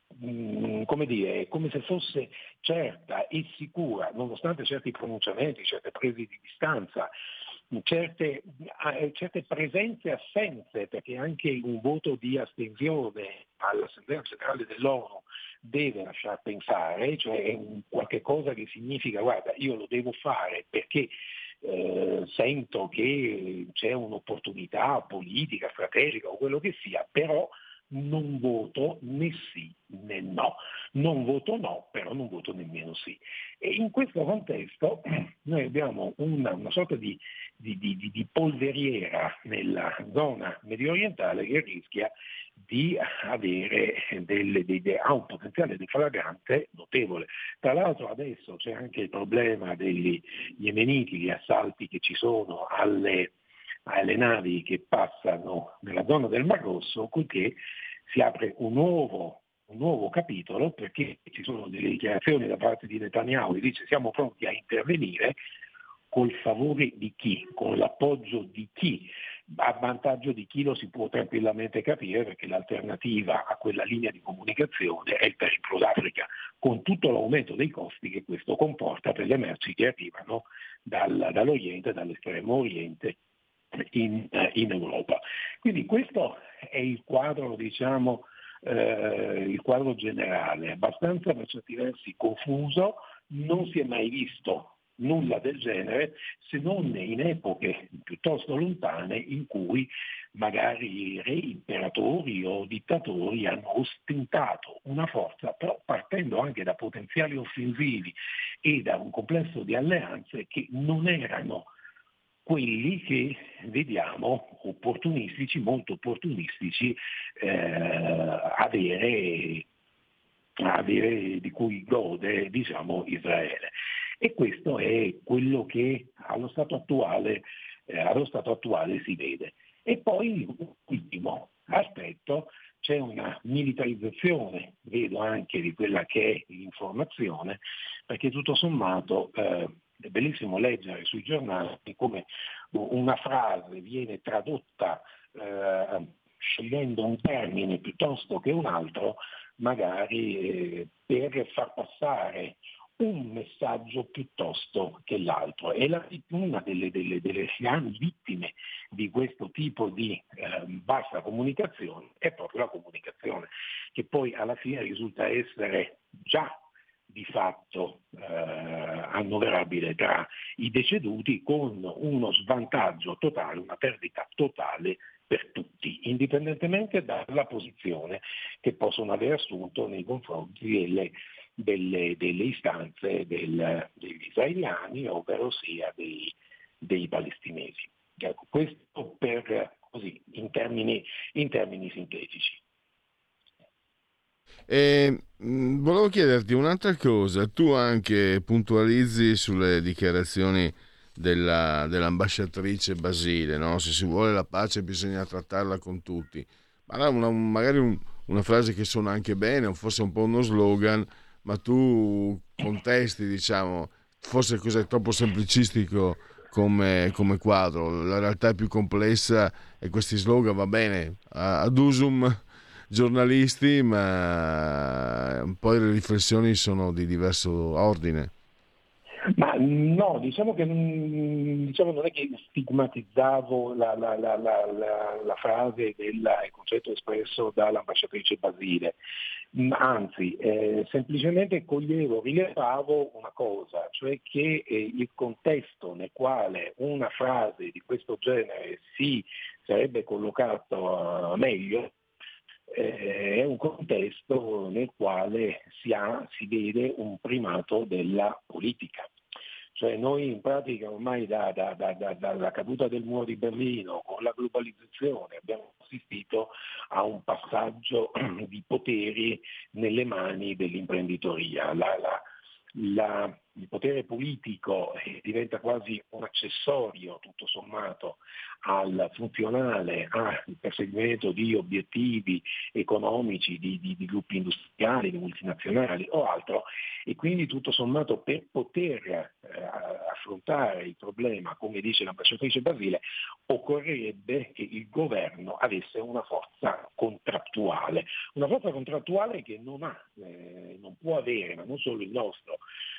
certa e sicura, nonostante certi pronunciamenti, certe prese di distanza, certe presenze e assenze, perché anche un voto di astensione all'Assemblea generale dell'ONU deve lasciar pensare, cioè è qualche cosa che significa: guarda, io lo devo fare perché sento che c'è un'opportunità politica, strategica o quello che sia, però non voto né sì né no. Non voto no, però non voto nemmeno sì. E in questo contesto noi abbiamo una sorta di polveriera nella zona mediorientale che rischia di avere ha un potenziale deflagrante notevole. Tra l'altro adesso c'è anche il problema degli yemeniti, gli assalti che ci sono alle navi che passano nella zona del Mar Rosso, cosché si apre un nuovo capitolo, perché ci sono delle dichiarazioni da parte di Netanyahu che dice: siamo pronti a intervenire, col favore di chi, con l'appoggio di chi, a vantaggio di chi lo si può tranquillamente capire, perché l'alternativa a quella linea di comunicazione è il pericolo d'Africa, con tutto l'aumento dei costi che questo comporta per le merci che arrivano dall'Oriente, dall'estremo Oriente in Europa. Quindi questo è il quadro, diciamo, il quadro generale, abbastanza per certi versi confuso. Non si è mai visto nulla del genere, se non in epoche piuttosto lontane in cui magari re, imperatori o dittatori hanno ostentato una forza, però partendo anche da potenziali offensivi e da un complesso di alleanze che non erano quelli che vediamo molto opportunistici, avere di cui gode, diciamo, Israele. E questo è quello che allo stato attuale si vede. E poi, ultimo aspetto, c'è una militarizzazione, vedo, anche di quella che è l'informazione, perché tutto sommato è bellissimo leggere sui giornali come una frase viene tradotta scegliendo un termine piuttosto che un altro, magari per far passare un messaggio piuttosto che l'altro. E una delle grandi vittime di questo tipo di bassa comunicazione è proprio la comunicazione, che poi alla fine risulta essere già di fatto annoverabile tra i deceduti, con uno svantaggio totale, una perdita totale per tutti, indipendentemente dalla posizione che possono aver assunto nei confronti delle istanze degli israeliani, ovvero sia dei palestinesi. Ecco, questo così, in termini sintetici. Volevo chiederti un'altra cosa, tu anche puntualizzi sulle dichiarazioni dell'ambasciatrice Basile, no? Se si vuole la pace bisogna trattarla con tutti, ma magari una frase che suona anche bene, o forse un po' uno slogan, ma tu contesti, diciamo, forse cos'è troppo semplicistico come quadro, la realtà è più complessa e questi slogan va bene ad usum giornalisti, ma poi le riflessioni sono di diverso ordine. Ma no, diciamo che non è che stigmatizzavo la frase il concetto espresso dall'ambasciatrice Basile, anzi semplicemente rilevavo una cosa, cioè che il contesto nel quale una frase di questo genere si sarebbe collocata meglio è un contesto nel quale si vede un primato della politica. Cioè noi in pratica ormai dalla caduta del muro di Berlino con la globalizzazione abbiamo assistito a un passaggio di poteri nelle mani dell'imprenditoria. Il potere politico diventa quasi un accessorio, tutto sommato, al funzionale, al perseguimento di obiettivi economici, di gruppi industriali, di multinazionali o altro, e quindi tutto sommato per poter affrontare il problema, come dice l'ambasciatrice Basile, occorrerebbe che il governo avesse una forza contrattuale che non può avere, ma non solo il nostro,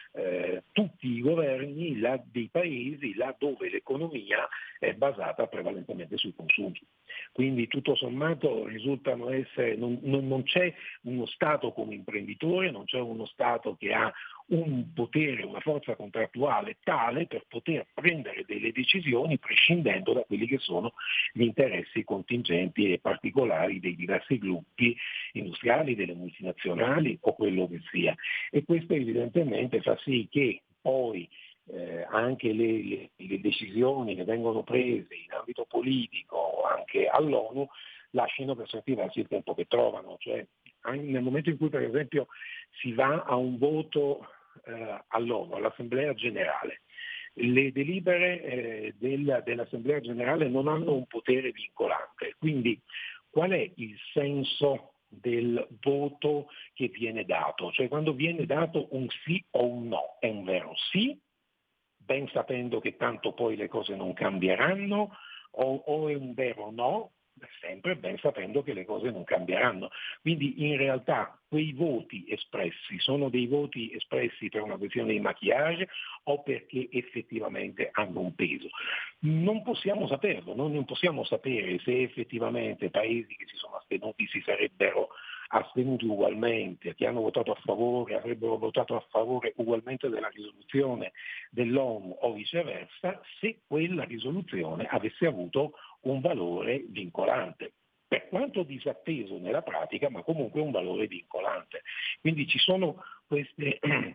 tutti i governi dei paesi là dove l'economia è basata prevalentemente sui consumi. Quindi tutto sommato risultano essere, non c'è uno Stato come imprenditore, non c'è uno Stato che ha un potere, una forza contrattuale tale per poter prendere delle decisioni prescindendo da quelli che sono gli interessi contingenti e particolari dei diversi gruppi industriali, delle multinazionali o quello che sia. E questo evidentemente fa sì che poi anche le decisioni che vengono prese in ambito politico, anche all'ONU, lasciano per certi versi il tempo che trovano. Cioè, nel momento in cui per esempio si va a un voto all'ONU, all'Assemblea Generale, le delibere dell'Assemblea Generale non hanno un potere vincolante. Quindi qual è il senso del voto che viene dato? Cioè quando viene dato un sì o un no, è un vero sì, ben sapendo che tanto poi le cose non cambieranno, o è un vero no, sempre ben sapendo che le cose non cambieranno. Quindi in realtà quei voti espressi sono dei voti espressi per una questione di maquillage o perché effettivamente hanno un peso. Non possiamo saperlo, non possiamo sapere se effettivamente paesi che si sono astenuti si sarebbero astenuti ugualmente, che hanno votato a favore, avrebbero votato a favore ugualmente della risoluzione dell'ONU o viceversa, se quella risoluzione avesse avuto un valore vincolante, per quanto disatteso nella pratica, ma comunque un valore vincolante. Quindi ci sono queste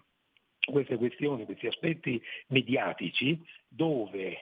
questioni, questi aspetti mediatici dove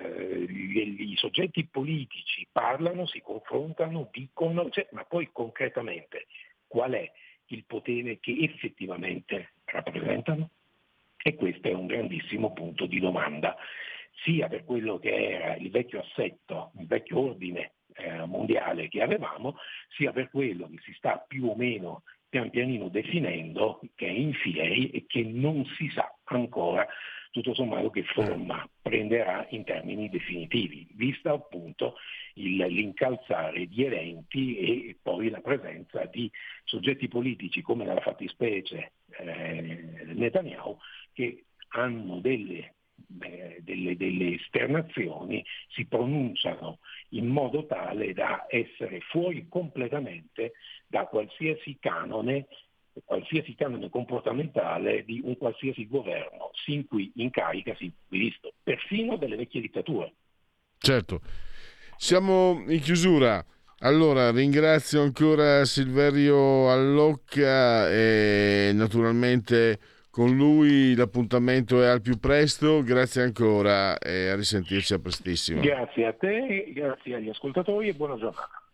i soggetti politici parlano, si confrontano, dicono, ma poi concretamente qual è il potere che effettivamente rappresentano? E questo è un grandissimo punto di domanda, sia per quello che era il vecchio assetto, il vecchio ordine mondiale che avevamo, sia per quello che si sta più o meno pian pianino definendo, che è in fieri e che non si sa ancora tutto sommato che forma prenderà in termini definitivi, vista appunto l'incalzare di eventi e poi la presenza di soggetti politici come nella fattispecie Netanyahu, che hanno delle esternazioni, si pronunciano in modo tale da essere fuori completamente da qualsiasi canone comportamentale di un qualsiasi governo in carica, sin qui visto, perfino delle vecchie dittature. Certo. Siamo in chiusura. Allora, ringrazio ancora Silverio Allocca e naturalmente con lui l'appuntamento è al più presto. Grazie ancora e a risentirci a prestissimo. Grazie a te, grazie agli ascoltatori e buona giornata.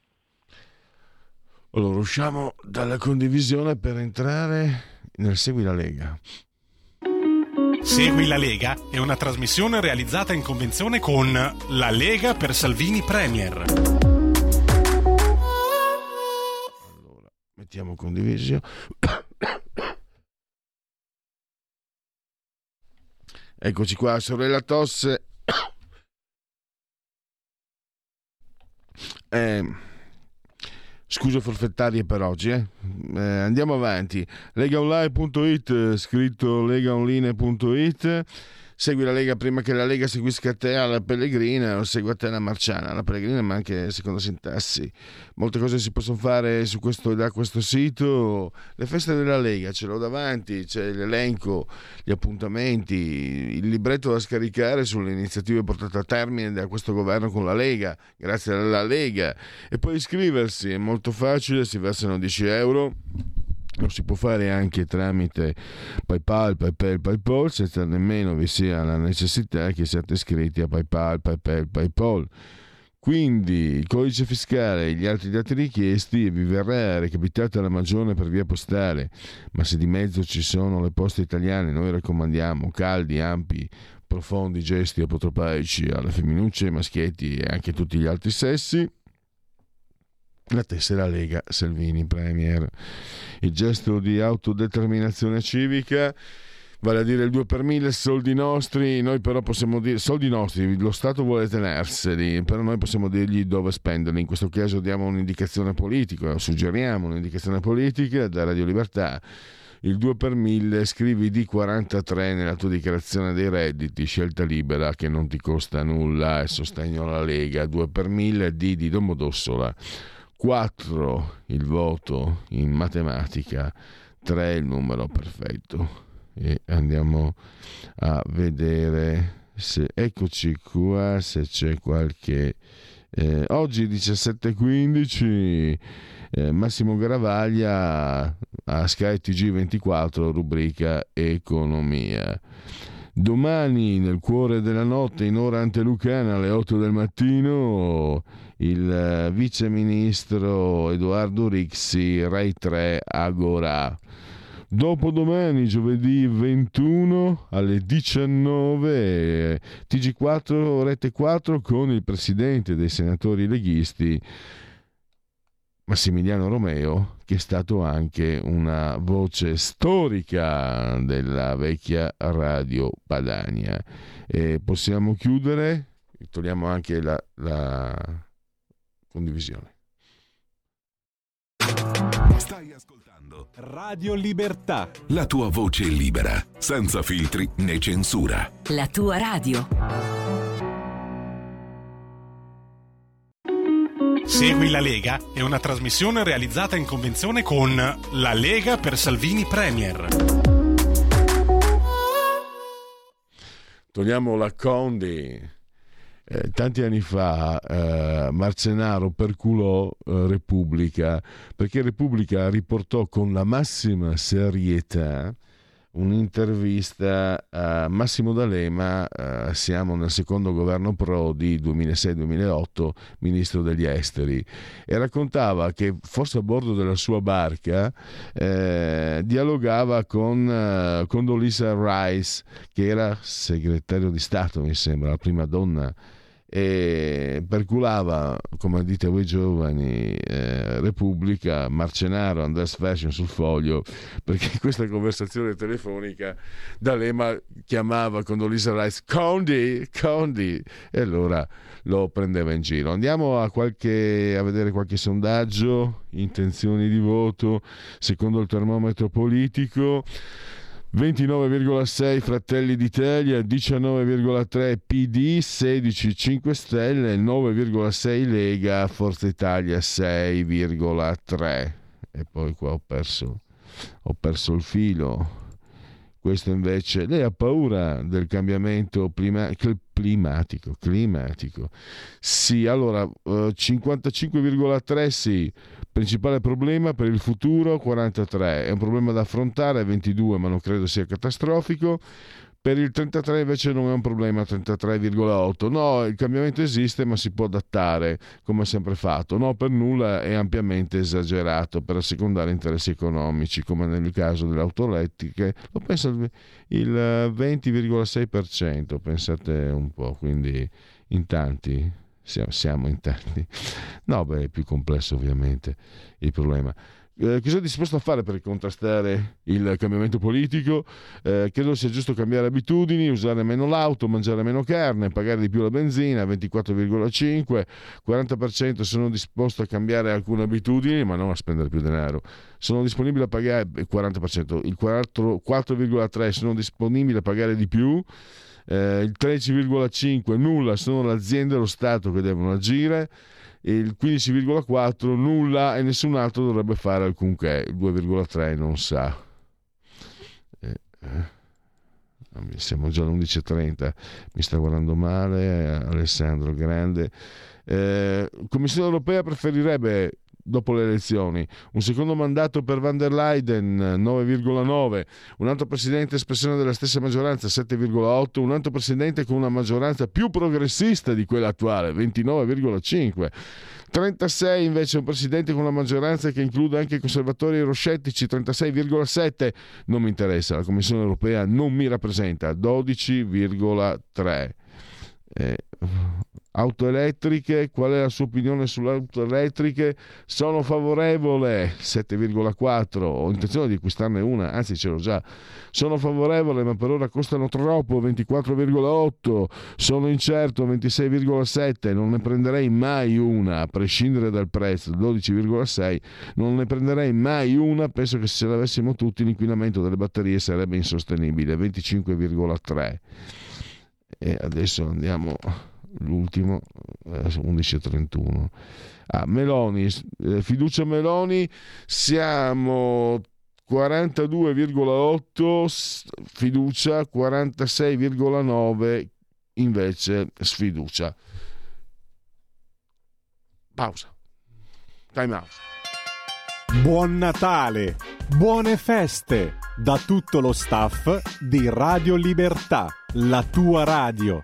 Allora, usciamo dalla condivisione per entrare nel Segui la Lega. Segui la Lega è una trasmissione realizzata in convenzione con La Lega per Salvini Premier. Allora, mettiamo condivisione. Eccoci qua, sorella tosse. Scuse forfettarie per oggi. Andiamo avanti. Legaonline.it, scritto legaonline.it. Segui la Lega prima che la Lega seguisca te alla Pellegrina, o segua te la Marciana alla Pellegrina, ma anche secondo sintassi. Molte cose si possono fare su questo e da questo sito. Le feste della Lega ce l'ho davanti, c'è l'elenco, gli appuntamenti, il libretto da scaricare sulle iniziative portate a termine da questo governo con la Lega, grazie alla Lega. E poi iscriversi, è molto facile, si versano 10 euro. Lo si può fare anche tramite PayPal, senza nemmeno vi sia la necessità che siate iscritti a PayPal. Quindi il codice fiscale e gli altri dati richiesti vi verrà recapitata la maggiore per via postale, ma se di mezzo ci sono le poste italiane, noi raccomandiamo caldi, ampi, profondi gesti apotropaici alle femminucce, maschietti e anche tutti gli altri sessi. La tessera Lega Salvini Premier, il gesto di autodeterminazione civica, vale a dire il 2 per 1000 soldi nostri. Noi però possiamo dire soldi nostri, lo Stato vuole tenerseli, però noi possiamo dirgli dove spenderli. In questo caso diamo un'indicazione politica, suggeriamo un'indicazione politica da Radio Libertà. Il 2 per 1000, scrivi D43 nella tua dichiarazione dei redditi, scelta libera che non ti costa nulla e sostegno alla Lega. 2 per 1000, D di Domodossola. 4 il voto in matematica, 3 il numero perfetto. E andiamo a vedere se, eccoci qua, se c'è qualche oggi 17:15 Massimo Garavaglia a Sky TG24, rubrica Economia. Domani nel cuore della notte, in ora antelucana, alle 8 del mattino, il vice ministro Edoardo Rixi, Rai 3 Agorà. Dopodomani, giovedì 21 alle 19, TG4 Rete 4 con il presidente dei senatori leghisti Massimiliano Romeo, che è stato anche una voce storica della vecchia Radio Padania. E possiamo chiudere, togliamo anche la condivisione. Stai ascoltando Radio Libertà, la tua voce libera, senza filtri né censura. La tua radio. Segui la Lega è una trasmissione realizzata in convenzione con La Lega per Salvini Premier. Togliamo la Condi. Tanti anni fa Marcenaro perculò Repubblica, perché Repubblica riportò con la massima serietà un'intervista a Massimo D'Alema, siamo nel secondo governo Prodi 2006-2008, ministro degli esteri, e raccontava che forse a bordo della sua barca dialogava con Condoleezza Rice, che era segretario di Stato, mi sembra, la prima donna, e perculava, come dite voi giovani, Repubblica, Marcenaro, Andres Fashion sul Foglio, perché in questa conversazione telefonica D'Alema chiamava Condoleezza Rice Condi, e allora lo prendeva in giro. Andiamo a vedere qualche sondaggio, intenzioni di voto secondo il termometro politico. 29,6 Fratelli d'Italia, 19,3 PD, 16 5 Stelle, 9,6 Lega, Forza Italia 6,3. E poi qua ho perso il filo. Questo invece, lei ha paura del cambiamento climatico. Sì, allora 55,3 sì, principale problema per il futuro 43, è un problema da affrontare 22, ma non credo sia catastrofico. Per il 33 invece non è un problema, 33,8. No, il cambiamento esiste ma si può adattare, come ha sempre fatto. No, per nulla è ampiamente esagerato per assecondare interessi economici, come nel caso delle auto elettriche. Lo pensa il 20,6%, pensate un po', quindi in tanti, siamo in tanti. No, beh, è più complesso ovviamente il problema. Cosa è disposto a fare per contrastare il cambiamento politico? Credo sia giusto cambiare abitudini, usare meno l'auto, mangiare meno carne, pagare di più la benzina, 24,5, 40% sono disposto a cambiare alcune abitudini ma non a spendere più denaro. Sono disponibili a pagare 40%, il 4,3 sono disponibili a pagare di più, il 13,5 nulla, sono le aziende e lo Stato che devono agire, il 15,4 nulla e nessun altro dovrebbe fare alcunché, il 2,3 non sa. Siamo già alle 11.30, mi sta guardando male Alessandro Grande. Commissione europea preferirebbe, dopo le elezioni, un secondo mandato per van der Leyen 9,9, un altro presidente espressione della stessa maggioranza 7,8, un altro presidente con una maggioranza più progressista di quella attuale 29,5, 36 invece un presidente con una maggioranza che include anche i conservatori e euroscettici 36,7. Non mi interessa, la Commissione europea non mi rappresenta, 12,3. Auto elettriche, qual è la sua opinione sulle auto elettriche? Sono favorevole, 7,4, ho intenzione di acquistarne una, anzi ce l'ho già. Sono favorevole ma per ora costano troppo, 24,8. Sono incerto, 26,7. Non ne prenderei mai una, a prescindere dal prezzo, 12,6. Non ne prenderei mai una, penso che se l'avessimo tutti l'inquinamento delle batterie sarebbe insostenibile, 25,3. E adesso andiamo l'ultimo, 11.31. Meloni, fiducia Meloni, siamo 42,8 fiducia, 46,9 invece sfiducia. Pausa, time out. Buon Natale, buone feste da tutto lo staff di Radio Libertà, la tua radio.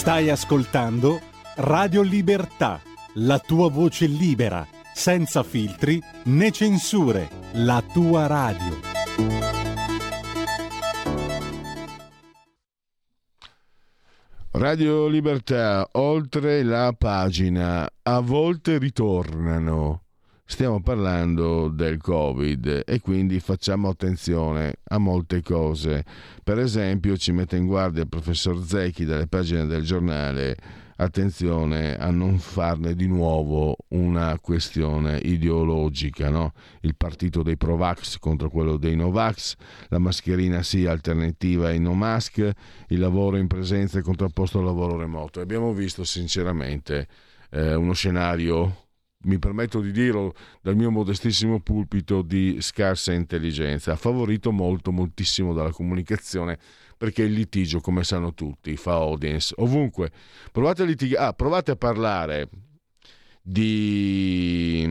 Stai ascoltando Radio Libertà, la tua voce libera, senza filtri né censure, la tua radio. Radio Libertà, oltre la pagina, a volte ritornano. Stiamo parlando del Covid e quindi facciamo attenzione a molte cose. Per esempio ci mette in guardia il professor Zecchi dalle pagine del giornale: attenzione a non farne di nuovo una questione ideologica, no? Il partito dei Pro-Vax contro quello dei No-Vax, la mascherina sì, alternativa ai no-mask, il lavoro in presenza contrapposto al lavoro remoto. Abbiamo visto sinceramente uno scenario, mi permetto di dirlo dal mio modestissimo pulpito, di scarsa intelligenza, favorito moltissimo dalla comunicazione, perché il litigio, come sanno tutti, fa audience ovunque. Provate a parlare di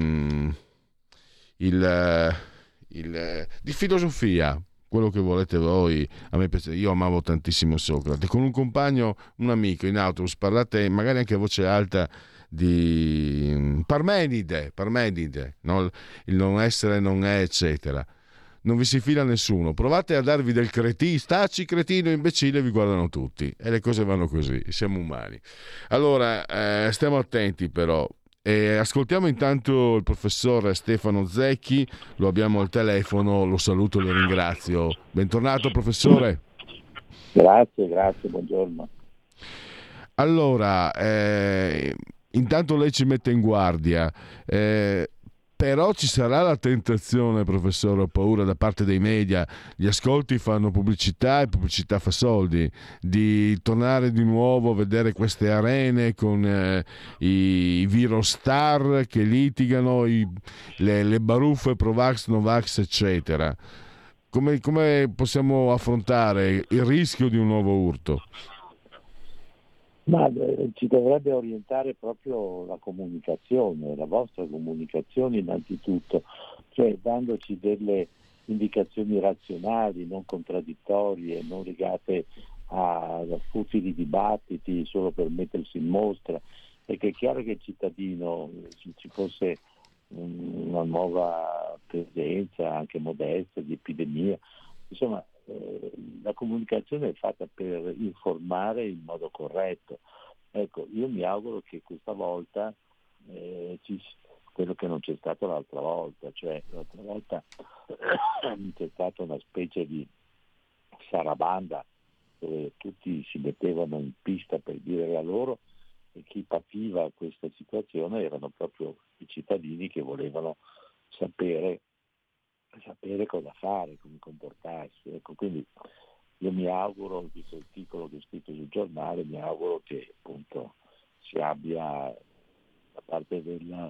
di filosofia, quello che volete voi. A me piace, io amavo tantissimo Socrate. Con un compagno, un amico in autobus, parlate magari anche a voce alta di Parmenide, no? Il non essere non è, eccetera. Non vi si fila nessuno. Provate a darvi del stacci, cretino, imbecille, vi guardano tutti e le cose vanno così, siamo umani. Allora stiamo attenti però, e ascoltiamo intanto il professor Stefano Zecchi, lo abbiamo al telefono, lo saluto e lo ringrazio. Bentornato professore. Grazie, buongiorno. Allora, intanto lei ci mette in guardia, però ci sarà la tentazione, professore, ho paura, da parte dei media, gli ascolti fanno pubblicità e pubblicità fa soldi, di tornare di nuovo a vedere queste arene con i virostar che litigano, le baruffe Pro-Vax, No-Vax, eccetera. Come possiamo affrontare il rischio di un nuovo urto? Ma ci dovrebbe orientare proprio la comunicazione, la vostra comunicazione innanzitutto, cioè dandoci delle indicazioni razionali, non contraddittorie, non legate a futili dibattiti solo per mettersi in mostra, perché è chiaro che il cittadino, se ci fosse una nuova presenza anche modesta di epidemia, insomma, la comunicazione è fatta per informare in modo corretto. Ecco, io mi auguro che questa volta quello che non c'è stato l'altra volta, cioè l'altra volta c'è stata una specie di sarabanda dove tutti si mettevano in pista per dire la loro, e chi pativa questa situazione erano proprio i cittadini che volevano sapere cosa fare, come comportarsi. Ecco, quindi io mi auguro, questo articolo che ho scritto sul giornale, mi auguro che appunto si abbia da parte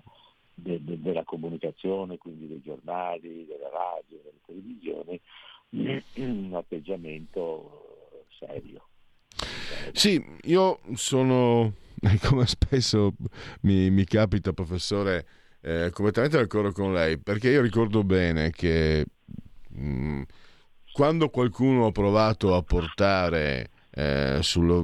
della comunicazione, quindi dei giornali, della radio, delle televisioni, un atteggiamento serio. Sì, io sono, come spesso mi capita, professore, completamente d'accordo con lei, perché io ricordo bene che quando qualcuno ha provato a portare sul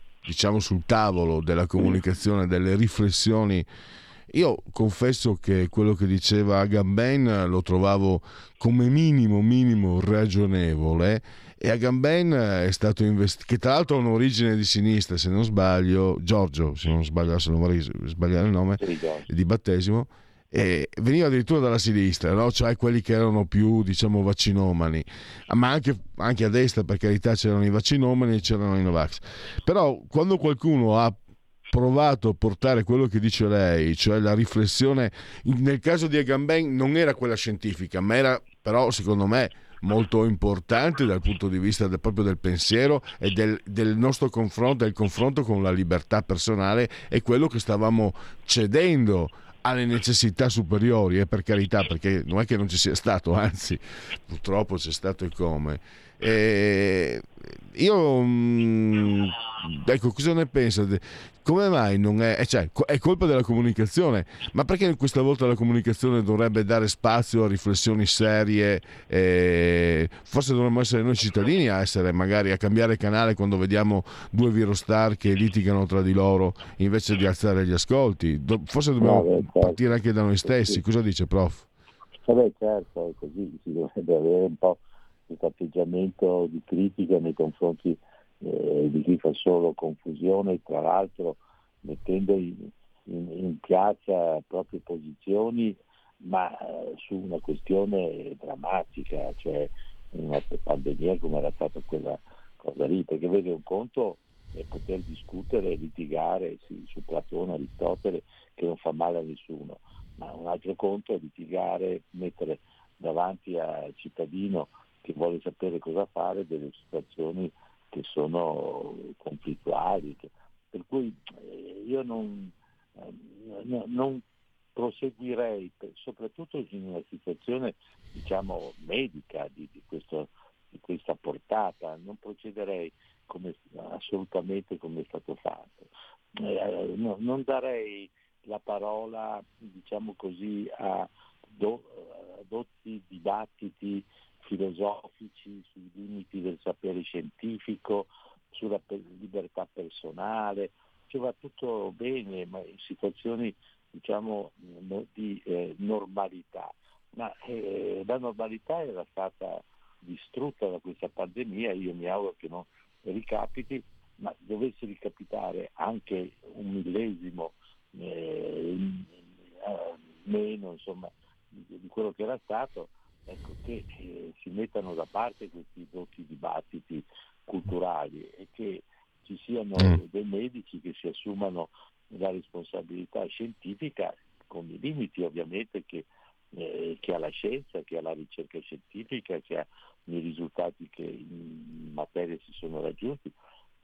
tavolo della comunicazione delle riflessioni, io confesso che quello che diceva Agamben lo trovavo come minimo ragionevole, e Agamben è stato che tra l'altro ha un'origine di sinistra, se non sbaglio, Giorgio, se non sbaglio, se non vorrei sbagliare il nome, di battesimo, e veniva addirittura dalla sinistra, no? Cioè quelli che erano più, diciamo, vaccinomani, ma anche a destra, per carità, c'erano i vaccinomani e c'erano i Novax. Però quando qualcuno ha provato a portare quello che dice lei, cioè la riflessione, nel caso di Agamben non era quella scientifica, ma era però, secondo me, molto importante dal punto di vista proprio del pensiero e del nostro confronto, il confronto con la libertà personale, e quello che stavamo cedendo alle necessità superiori, per carità, perché non è che non ci sia stato, anzi purtroppo c'è stato e come. Io ecco, cosa ne pensa? Come mai non è, cioè, è colpa della comunicazione, ma perché questa volta la comunicazione dovrebbe dare spazio a riflessioni serie? Forse dovremmo essere noi cittadini a essere, magari a cambiare canale quando vediamo due virostar che litigano tra di loro, invece di alzare gli ascolti. Forse dobbiamo partire anche da noi stessi. Cosa dice, prof? Vabbè, certo, è così, si dovrebbe avere un po' questo atteggiamento di critica nei confronti di chi fa solo confusione, tra l'altro mettendo in piazza proprie posizioni, ma su una questione drammatica, cioè una pandemia come era stata quella cosa lì, perché vede, un conto è poter discutere, litigare su Platone, Aristotele, che non fa male a nessuno, ma un altro conto è litigare, mettere davanti al cittadino che vuole sapere cosa fare delle situazioni che sono conflittuali, per cui io non proseguirei, soprattutto in una situazione, diciamo, medica di questa portata, non procederei assolutamente come è stato fatto. Non darei la parola, diciamo così, a dotti dibattiti filosofici sui limiti del sapere scientifico, sulla libertà personale, cioè va tutto bene, ma in situazioni, diciamo, di normalità. Ma la normalità era stata distrutta da questa pandemia, io mi auguro che non ricapiti, ma dovesse ricapitare anche un millesimo meno, insomma, di quello che era stato, ecco, che si mettano da parte questi dotti dibattiti culturali e che ci siano dei medici che si assumano la responsabilità scientifica, con i limiti ovviamente che ha la scienza, che ha la ricerca scientifica, che ha i risultati che in materia si sono raggiunti,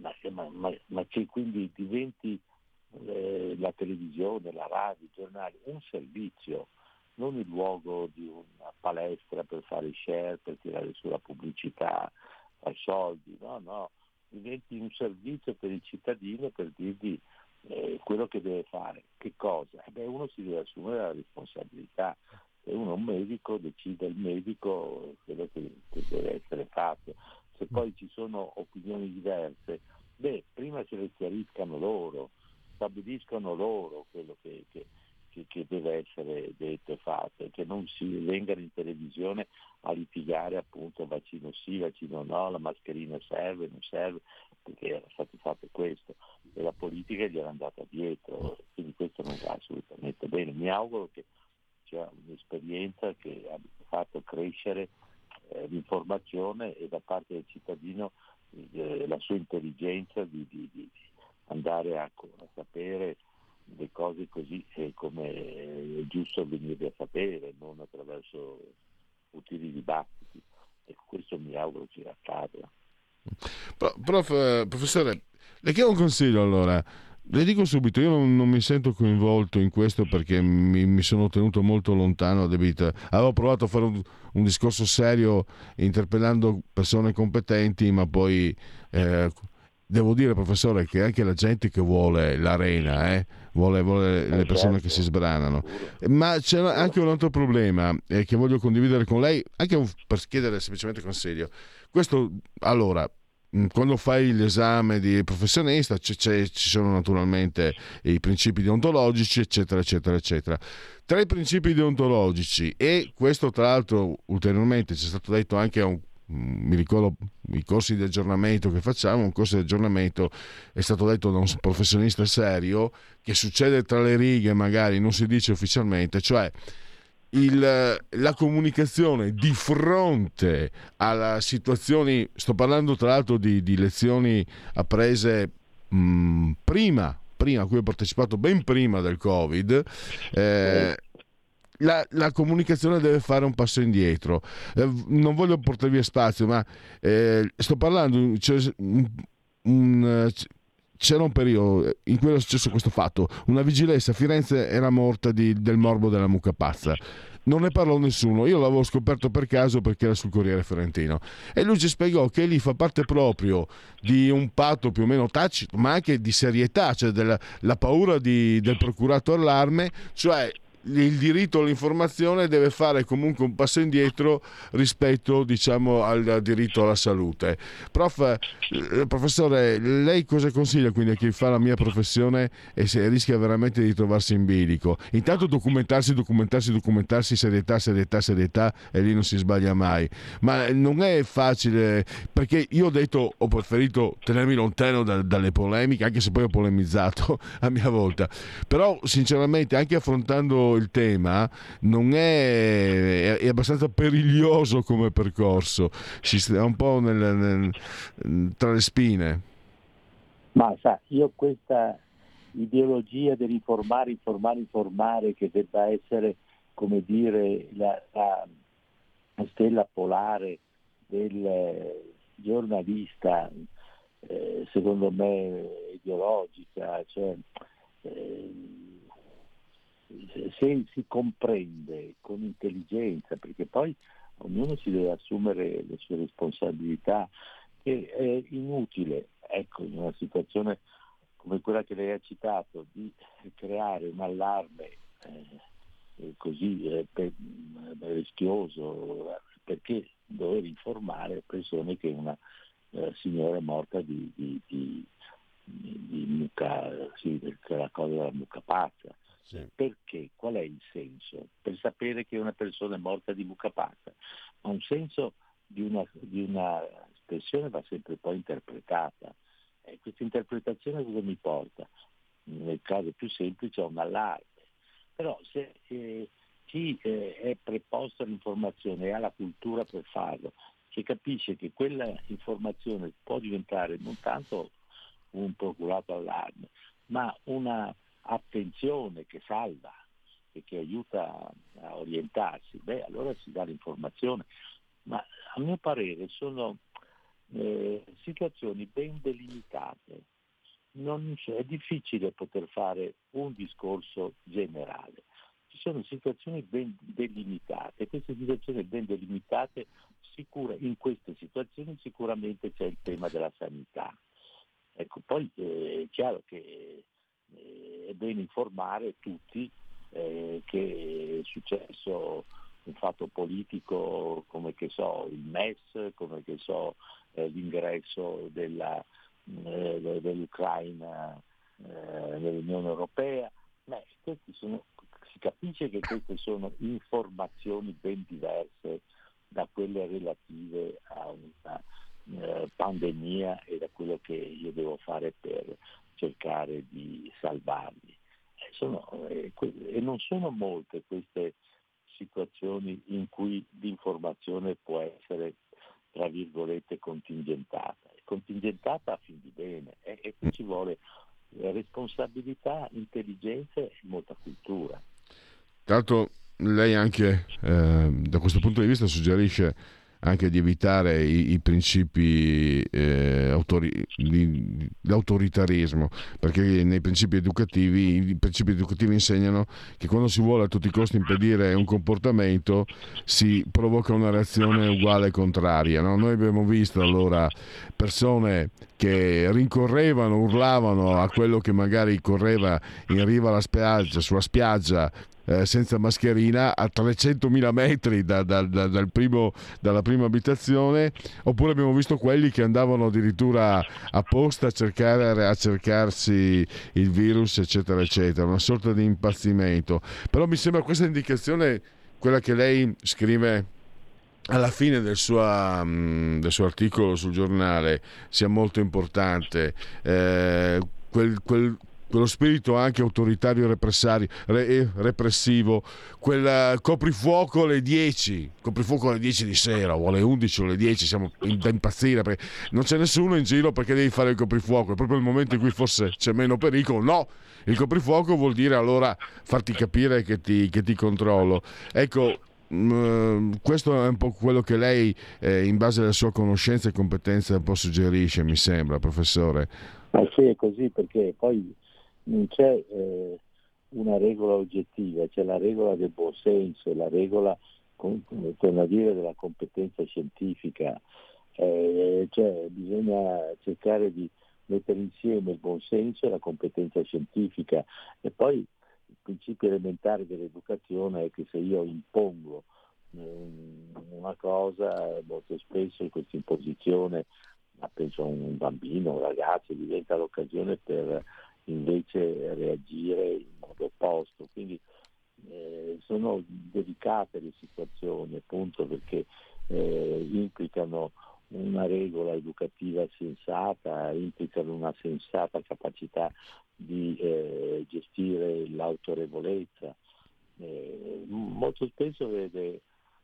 ma che quindi diventi la televisione, la radio, i giornali un servizio, non il luogo di una palestra per fare share, per tirare sulla pubblicità, fare soldi, no, diventi un servizio per il cittadino, per dirgli quello che deve fare. Che cosa? Uno si deve assumere la responsabilità, se uno è un medico decide il medico quello che deve essere fatto. Se poi ci sono opinioni diverse, prima se le chiariscano loro, stabiliscano loro quello che deve essere detto e fatto, che non si vengano in televisione a litigare appunto vaccino sì, vaccino no, la mascherina serve, non serve, perché era stato fatto questo e la politica gli era andata dietro, quindi questo non va assolutamente bene. Mi auguro che sia un'esperienza che abbia fatto crescere l'informazione e da parte del cittadino la sua intelligenza di andare a sapere le cose così come è giusto venire a sapere, non attraverso utili dibattiti. E questo mi auguro ci accada. Professore, le chiedo un consiglio allora. Le dico subito, io non mi sento coinvolto in questo perché mi sono tenuto molto lontano. Avevo provato a fare un discorso serio interpellando persone competenti, ma poi devo dire, professore, che anche la gente che vuole l'arena, vuole le persone che si sbranano. Ma c'è anche un altro problema che voglio condividere con lei, anche per chiedere semplicemente consiglio. Questo, allora, quando fai l'esame di professionista ci sono naturalmente i principi deontologici, eccetera, eccetera, eccetera. Tra i principi deontologici, e questo tra l'altro ulteriormente ci è stato detto anche mi ricordo i corsi di aggiornamento che facciamo, un corso di aggiornamento è stato detto da un professionista serio, che succede tra le righe, magari non si dice ufficialmente, cioè la comunicazione di fronte alla situazioni, sto parlando tra l'altro di lezioni apprese prima a cui ho partecipato ben prima del Covid, la comunicazione deve fare un passo indietro. Non voglio portare via spazio, ma sto parlando, c'era un periodo in cui era successo questo fatto: una vigilessa a Firenze era morta del morbo della mucca pazza. non ne parlò nessuno. Io l'avevo scoperto per caso perché era sul Corriere Fiorentino, e lui ci spiegò che lì fa parte proprio di un patto più o meno tacito, ma anche di serietà, cioè la paura del procurato allarme, cioè il diritto all'informazione deve fare comunque un passo indietro rispetto, diciamo, al diritto alla salute. Professore, lei cosa consiglia quindi a chi fa la mia professione e se rischia veramente di trovarsi in bilico? Intanto documentarsi, serietà, e lì non si sbaglia mai, ma non è facile, perché io ho preferito tenermi lontano dalle polemiche, anche se poi ho polemizzato a mia volta, però sinceramente anche affrontando il tema non è abbastanza periglioso come percorso, si sta un po' tra le spine. Ma sa, io questa ideologia dell'informare che debba essere, come dire, la stella polare del giornalista, secondo me ideologica, cioè se si comprende con intelligenza, perché poi ognuno si deve assumere le sue responsabilità, che è inutile, ecco, in una situazione come quella che lei ha citato, di creare un allarme così rischioso, perché dover informare persone che una signora è morta di mucca, sì, la cosa della mucca pazza. Sì. Perché? Qual è il senso? Per sapere che una persona è morta di mucca pazza. Ma un senso di una espressione va sempre poi interpretata. Questa interpretazione cosa mi porta? Nel caso più semplice a un allarme. Però se chi è preposto all'informazione e ha la cultura per farlo, che capisce che quella informazione può diventare non tanto un procurato allarme, ma una attenzione che salva e che aiuta a orientarsi, allora si dà l'informazione. Ma a mio parere sono situazioni ben delimitate. È difficile poter fare un discorso generale. Ci sono situazioni ben delimitate. Queste situazioni ben delimitate, in queste situazioni sicuramente c'è il tema della sanità. Ecco, poi è chiaro che è bene informare tutti che è successo un fatto politico come il MES, come l'ingresso dell'Ucraina nell'Unione Europea. Si capisce che queste sono informazioni ben diverse da quelle relative a una pandemia e da quello che io devo fare per cercare di salvarli. E non sono molte queste situazioni in cui l'informazione può essere, tra virgolette, contingentata a fin di bene, e qui ci vuole responsabilità, intelligenza e molta cultura. Tanto lei anche da questo punto di vista suggerisce anche di evitare i principi l'autoritarismo, perché i principi educativi insegnano che quando si vuole a tutti i costi impedire un comportamento si provoca una reazione uguale e contraria, no? Noi abbiamo visto allora persone che rincorrevano, urlavano a quello che magari correva in riva alla spiaggia, sulla spiaggia, senza mascherina a 300.000 metri dalla prima abitazione, oppure abbiamo visto quelli che andavano addirittura apposta a cercarsi il virus, eccetera eccetera, una sorta di impazzimento. Però mi sembra questa indicazione, quella che lei scrive alla fine del suo articolo sul giornale, sia molto importante. Quello spirito anche autoritario e repressivo, quel coprifuoco alle 10 di sera o alle 11 o alle 10, siamo da impazzire perché non c'è nessuno in giro, perché devi fare il coprifuoco, è proprio il momento in cui forse c'è meno pericolo. No, il coprifuoco vuol dire allora farti capire che ti controllo. Ecco, questo è un po' quello che lei in base alla sua conoscenza e competenza un po' suggerisce, mi sembra, professore. Sì, è così, perché poi non c'è una regola oggettiva, c'è la regola del buon senso, la regola, torno a dire, della competenza scientifica, cioè bisogna cercare di mettere insieme il buon senso e la competenza scientifica. E poi il principio elementare dell'educazione è che se io impongo una cosa, molto spesso questa imposizione, ma penso a un bambino, un ragazzo, diventa l'occasione per invece reagire in modo opposto. Quindi sono delicate le situazioni, appunto perché implicano una regola educativa sensata, implicano una sensata capacità di gestire l'autorevolezza. Molto spesso vede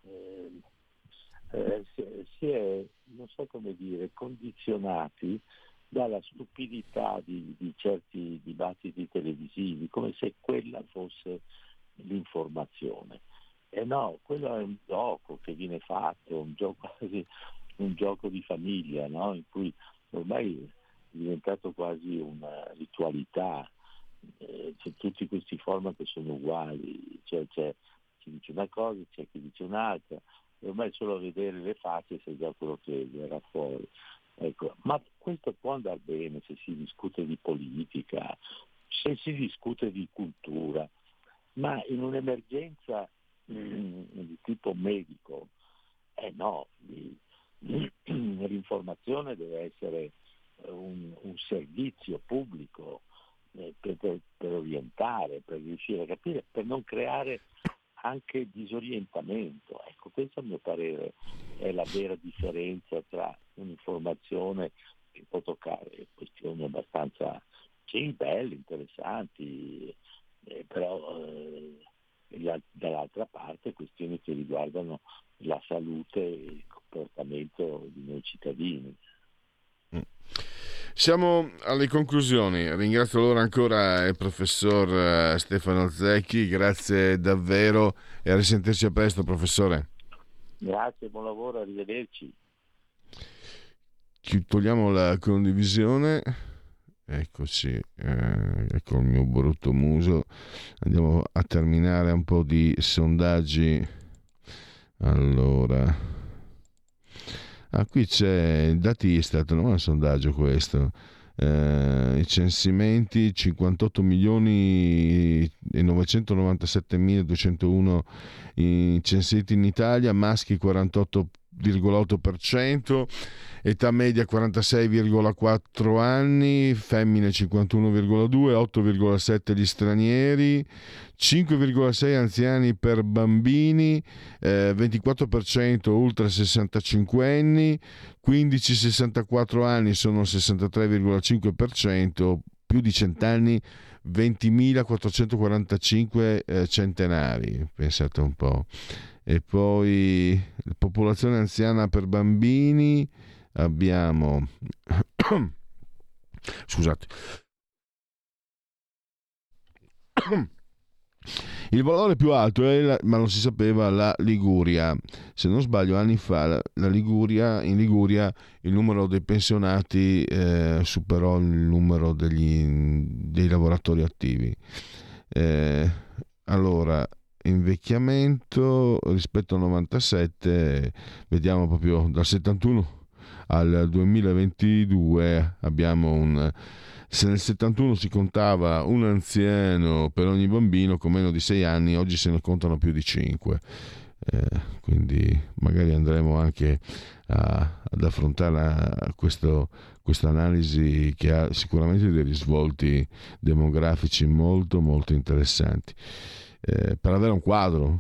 si è, non so come dire, condizionati dalla stupidità di certi dibattiti televisivi, come se quella fosse l'informazione. E no, quello è un gioco che viene fatto, quasi un gioco di famiglia, no? In cui ormai è diventato quasi una ritualità, c'è tutti questi format che sono uguali, cioè c'è chi dice una cosa, c'è chi dice un'altra, e ormai solo a vedere le facce sai già quello che verrà fuori. Ecco, ma questo può andare bene se si discute di politica, se si discute di cultura, ma in un'emergenza di tipo medico, no, l'informazione deve essere un servizio pubblico per orientare, per riuscire a capire, per non creare anche disorientamento. Ecco, questo a mio parere è la vera differenza tra un'informazione che può toccare questioni abbastanza belle, interessanti, però dall'altra parte questioni che riguardano la salute e il comportamento di noi cittadini. Siamo alle conclusioni. Ringrazio allora ancora il professor Stefano Zecchi, grazie davvero e a risentirci a presto, professore. Grazie, buon lavoro, arrivederci. Togliamo la condivisione, eccoci, ecco il mio brutto muso. Andiamo a terminare un po' di sondaggi. Allora, qui c'è il dati Istat, non è un sondaggio questo, i censimenti, 58.997.201 censiti in Italia, maschi 48,8%, età media 46,4 anni, femmine 51,2, 8,7 gli stranieri, 5,6 anziani per bambini, 24% ultra 65 anni, 15-64 anni sono il 63,5%, più di 100 anni 20.445 centenari, pensate un po'. E poi la popolazione anziana per bambini abbiamo scusate, il valore più alto è ma non si sapeva, la Liguria. Se non sbaglio anni fa in Liguria il numero dei pensionati superò il numero dei lavoratori attivi. Allora, invecchiamento rispetto al 97, vediamo proprio dal 71 al 2022 abbiamo se nel 71 si contava un anziano per ogni bambino con meno di 6 anni, oggi se ne contano più di 5, quindi magari andremo anche ad affrontare questa analisi che ha sicuramente dei risvolti demografici molto molto interessanti. Per avere un quadro,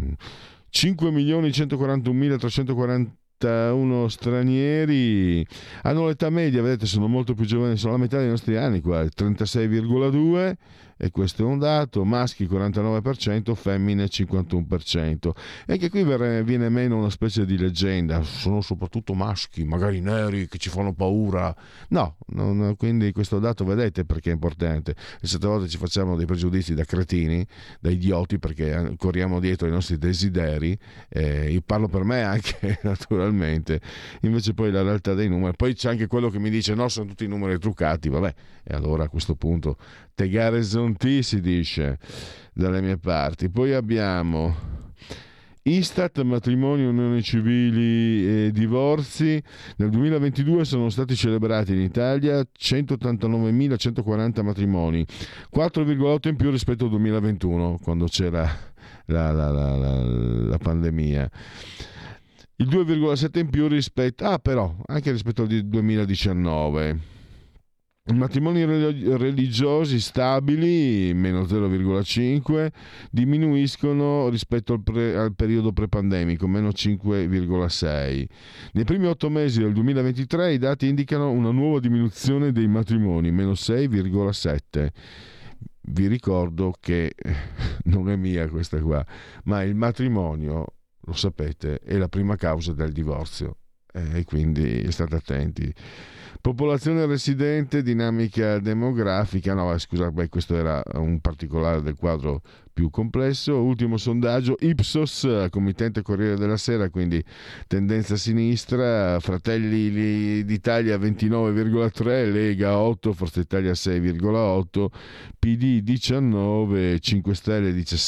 5.141.341 stranieri hanno l'età media, vedete, sono molto più giovani, sono la metà dei nostri anni qua, 36,2, e questo è un dato, maschi 49%, femmine 51%. E anche qui viene meno una specie di leggenda, sono soprattutto maschi, magari neri, che ci fanno paura. No, quindi questo dato vedete perché è importante. E certe volte ci facciamo dei pregiudizi da cretini, da idioti, perché corriamo dietro ai nostri desideri, io parlo per me anche naturalmente, invece poi la realtà dei numeri, poi c'è anche quello che mi dice no, sono tutti numeri truccati, vabbè, e allora a questo punto te garezon T, si dice dalle mie parti. Poi abbiamo Istat, matrimoni, unioni civili e divorzi. Nel 2022 sono stati celebrati in Italia 189.140 matrimoni, 4,8 in più rispetto al 2021, quando c'era la pandemia. Il 2,7 in più rispetto però anche rispetto al 2019. Matrimoni religiosi stabili, meno 0,5, diminuiscono rispetto al periodo prepandemico, meno 5,6. Nei primi 8 mesi del 2023 i dati indicano una nuova diminuzione dei matrimoni, meno 6,7. Vi ricordo che non è mia questa qua, ma il matrimonio, lo sapete, è la prima causa del divorzio, e quindi state attenti. Popolazione residente, dinamica demografica, questo era un particolare del quadro più complesso. Ultimo sondaggio, Ipsos, committente Corriere della Sera, quindi tendenza a sinistra, Fratelli d'Italia 29,3, Lega 8, Forza Italia 6,8, PD 19, 5 Stelle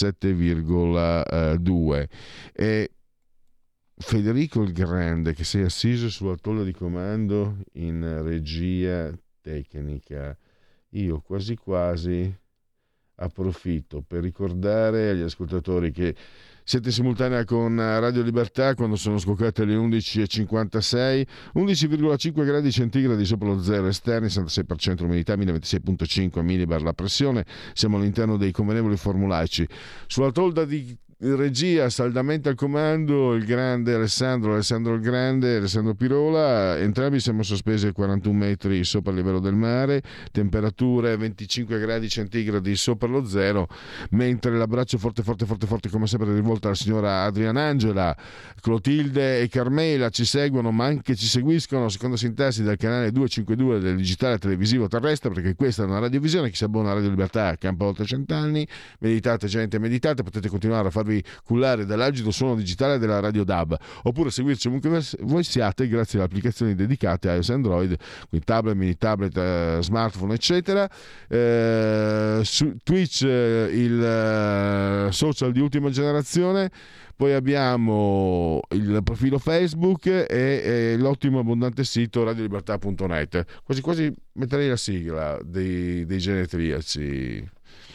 17,2. E Federico il Grande, che sei assiso sulla tolla di comando in regia tecnica, io quasi quasi approfitto per ricordare agli ascoltatori che siete in simultanea con Radio Libertà quando sono scoccate le 11.56, 11,5 gradi centigradi sopra lo zero esterni, 66% umidità, 1026,5 millibar la pressione. Siamo all'interno dei convenevoli formulaici. Sulla tolda di regia, saldamente al comando, il grande Alessandro il Grande, Alessandro Pirola. Entrambi siamo sospesi a 41 metri sopra il livello del mare, temperature 25 gradi centigradi sopra lo zero, mentre l'abbraccio forte come sempre rivolto alla signora Adriana Angela, Clotilde e Carmela ci seguono, ma anche ci seguiscono secondo sintassi dal canale 252 del digitale televisivo terrestre, perché questa è una radiovisione. Chi si abbona a Radio Libertà campa oltre 100 anni. Meditate gente, meditate, potete continuare a farvi cullare dall'algido suono digitale della Radio DAB, oppure seguirci ovunque voi siate grazie alle applicazioni dedicate a iOS e Android, quindi tablet, mini tablet, smartphone eccetera. Su Twitch, il social di ultima generazione. Poi abbiamo il profilo Facebook e l'ottimo abbondante sito radiolibertà.net. Quasi quasi metterei la sigla dei genetriaci.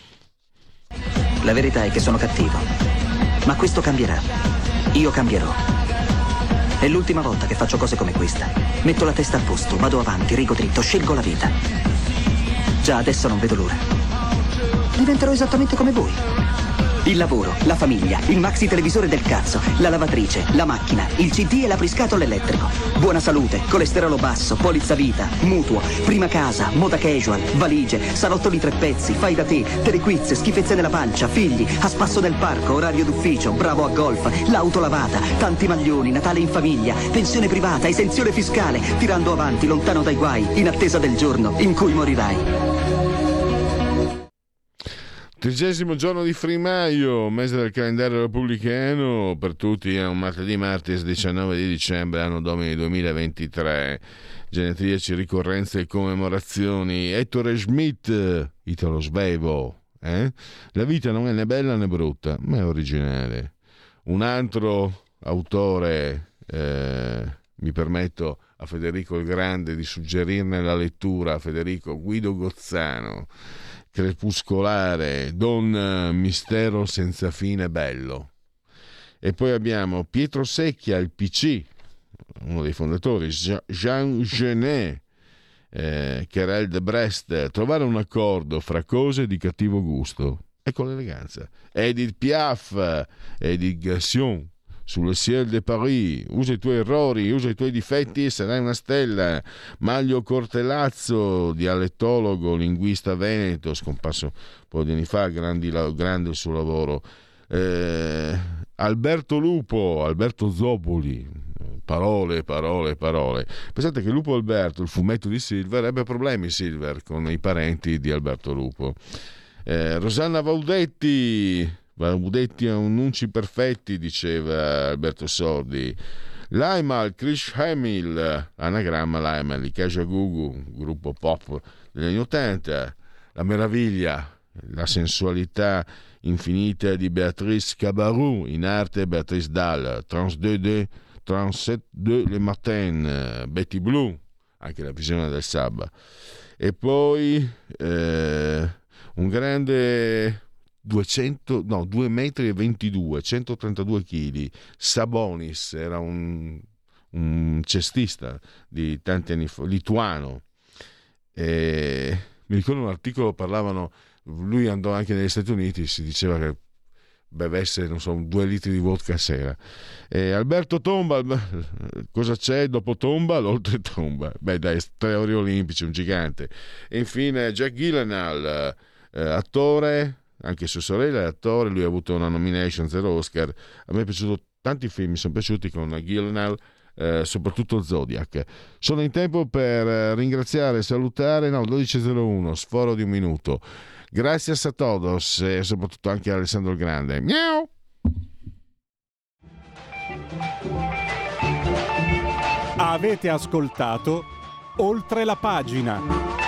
La verità è che sono cattivo, ma questo cambierà. Io cambierò. È l'ultima volta che faccio cose come questa. Metto la testa a posto, vado avanti, rigo dritto, scelgo la vita. Già adesso non vedo l'ora. Diventerò esattamente come voi. Il lavoro, la famiglia, il maxi televisore del cazzo, la lavatrice, la macchina, il CD e l'apriscatole elettrico. Buona salute, colesterolo basso, polizza vita, mutuo, prima casa, moda casual, valigie, salottoli 3 pezzi, fai da te, telequiz, schifezze nella pancia, figli, a spasso nel parco, orario d'ufficio, bravo a golf, l'auto lavata, tanti maglioni, Natale in famiglia, pensione privata, esenzione fiscale, tirando avanti, lontano dai guai, in attesa del giorno in cui morirai. 30° giorno di Frimaio, mese del calendario repubblicano, per tutti è un martes 19 di dicembre, anno domini 2023. Genetriaci, ricorrenze e commemorazioni. Ettore Schmidt, Italo Svevo. La vita non è né bella né brutta, ma è originale. Un altro autore, mi permetto a Federico il Grande di suggerirne la lettura, Federico, Guido Gozzano, Crepuscolare, Don Mistero senza fine bello. E poi abbiamo Pietro Secchia, il PC, uno dei fondatori, Jean Genet, Querelle de Brest, trovare un accordo fra cose di cattivo gusto e con l'eleganza. Edith Piaf, Edith Gassion, sulle Ciel de Paris, usa i tuoi errori, usa i tuoi difetti e sarai una stella. Maglio Cortellazzo, dialettologo, linguista veneto, scomparso un po' di anni fa, grande il suo lavoro. Alberto Lupo, Alberto Zopoli, parole. Pensate che Lupo Alberto, il fumetto di Silver, ebbe problemi Silver con i parenti di Alberto Lupo. Rosanna Vaudetti a annunci perfetti, diceva Alberto Sordi. Laimal, Krish Hemil, anagramma Laimal, i Kajagoogoo, gruppo pop degli anni 80. La meraviglia, la sensualità infinita di Béatrice Cabarrou, in arte Béatrice Dalle, 37 le matin, Betty Blue, anche la visione del sabba. E poi un grande 2 metri e 22, 132 kg, Sabonis, era un cestista di tanti anni fa, lituano. E mi ricordo un articolo, parlavano, lui andò anche negli Stati Uniti, si diceva che bevesse, non so, 2 litri di vodka a sera. Alberto Tomba, cosa c'è dopo Tomba? L'oltretomba. Beh dai, 3 ori olimpici, un gigante. E infine Jack Gyllenhaal, attore, anche sua sorella è attore, lui ha avuto una nomination, 0 Oscar. A me è piaciuto, tanti film mi sono piaciuti con Gyllenhaal, soprattutto Zodiac. Sono in tempo per ringraziare e salutare, 12:01, sforo di un minuto. Gracias a todos e soprattutto anche a Alessandro il Grande. Miau! Avete ascoltato Oltre la pagina.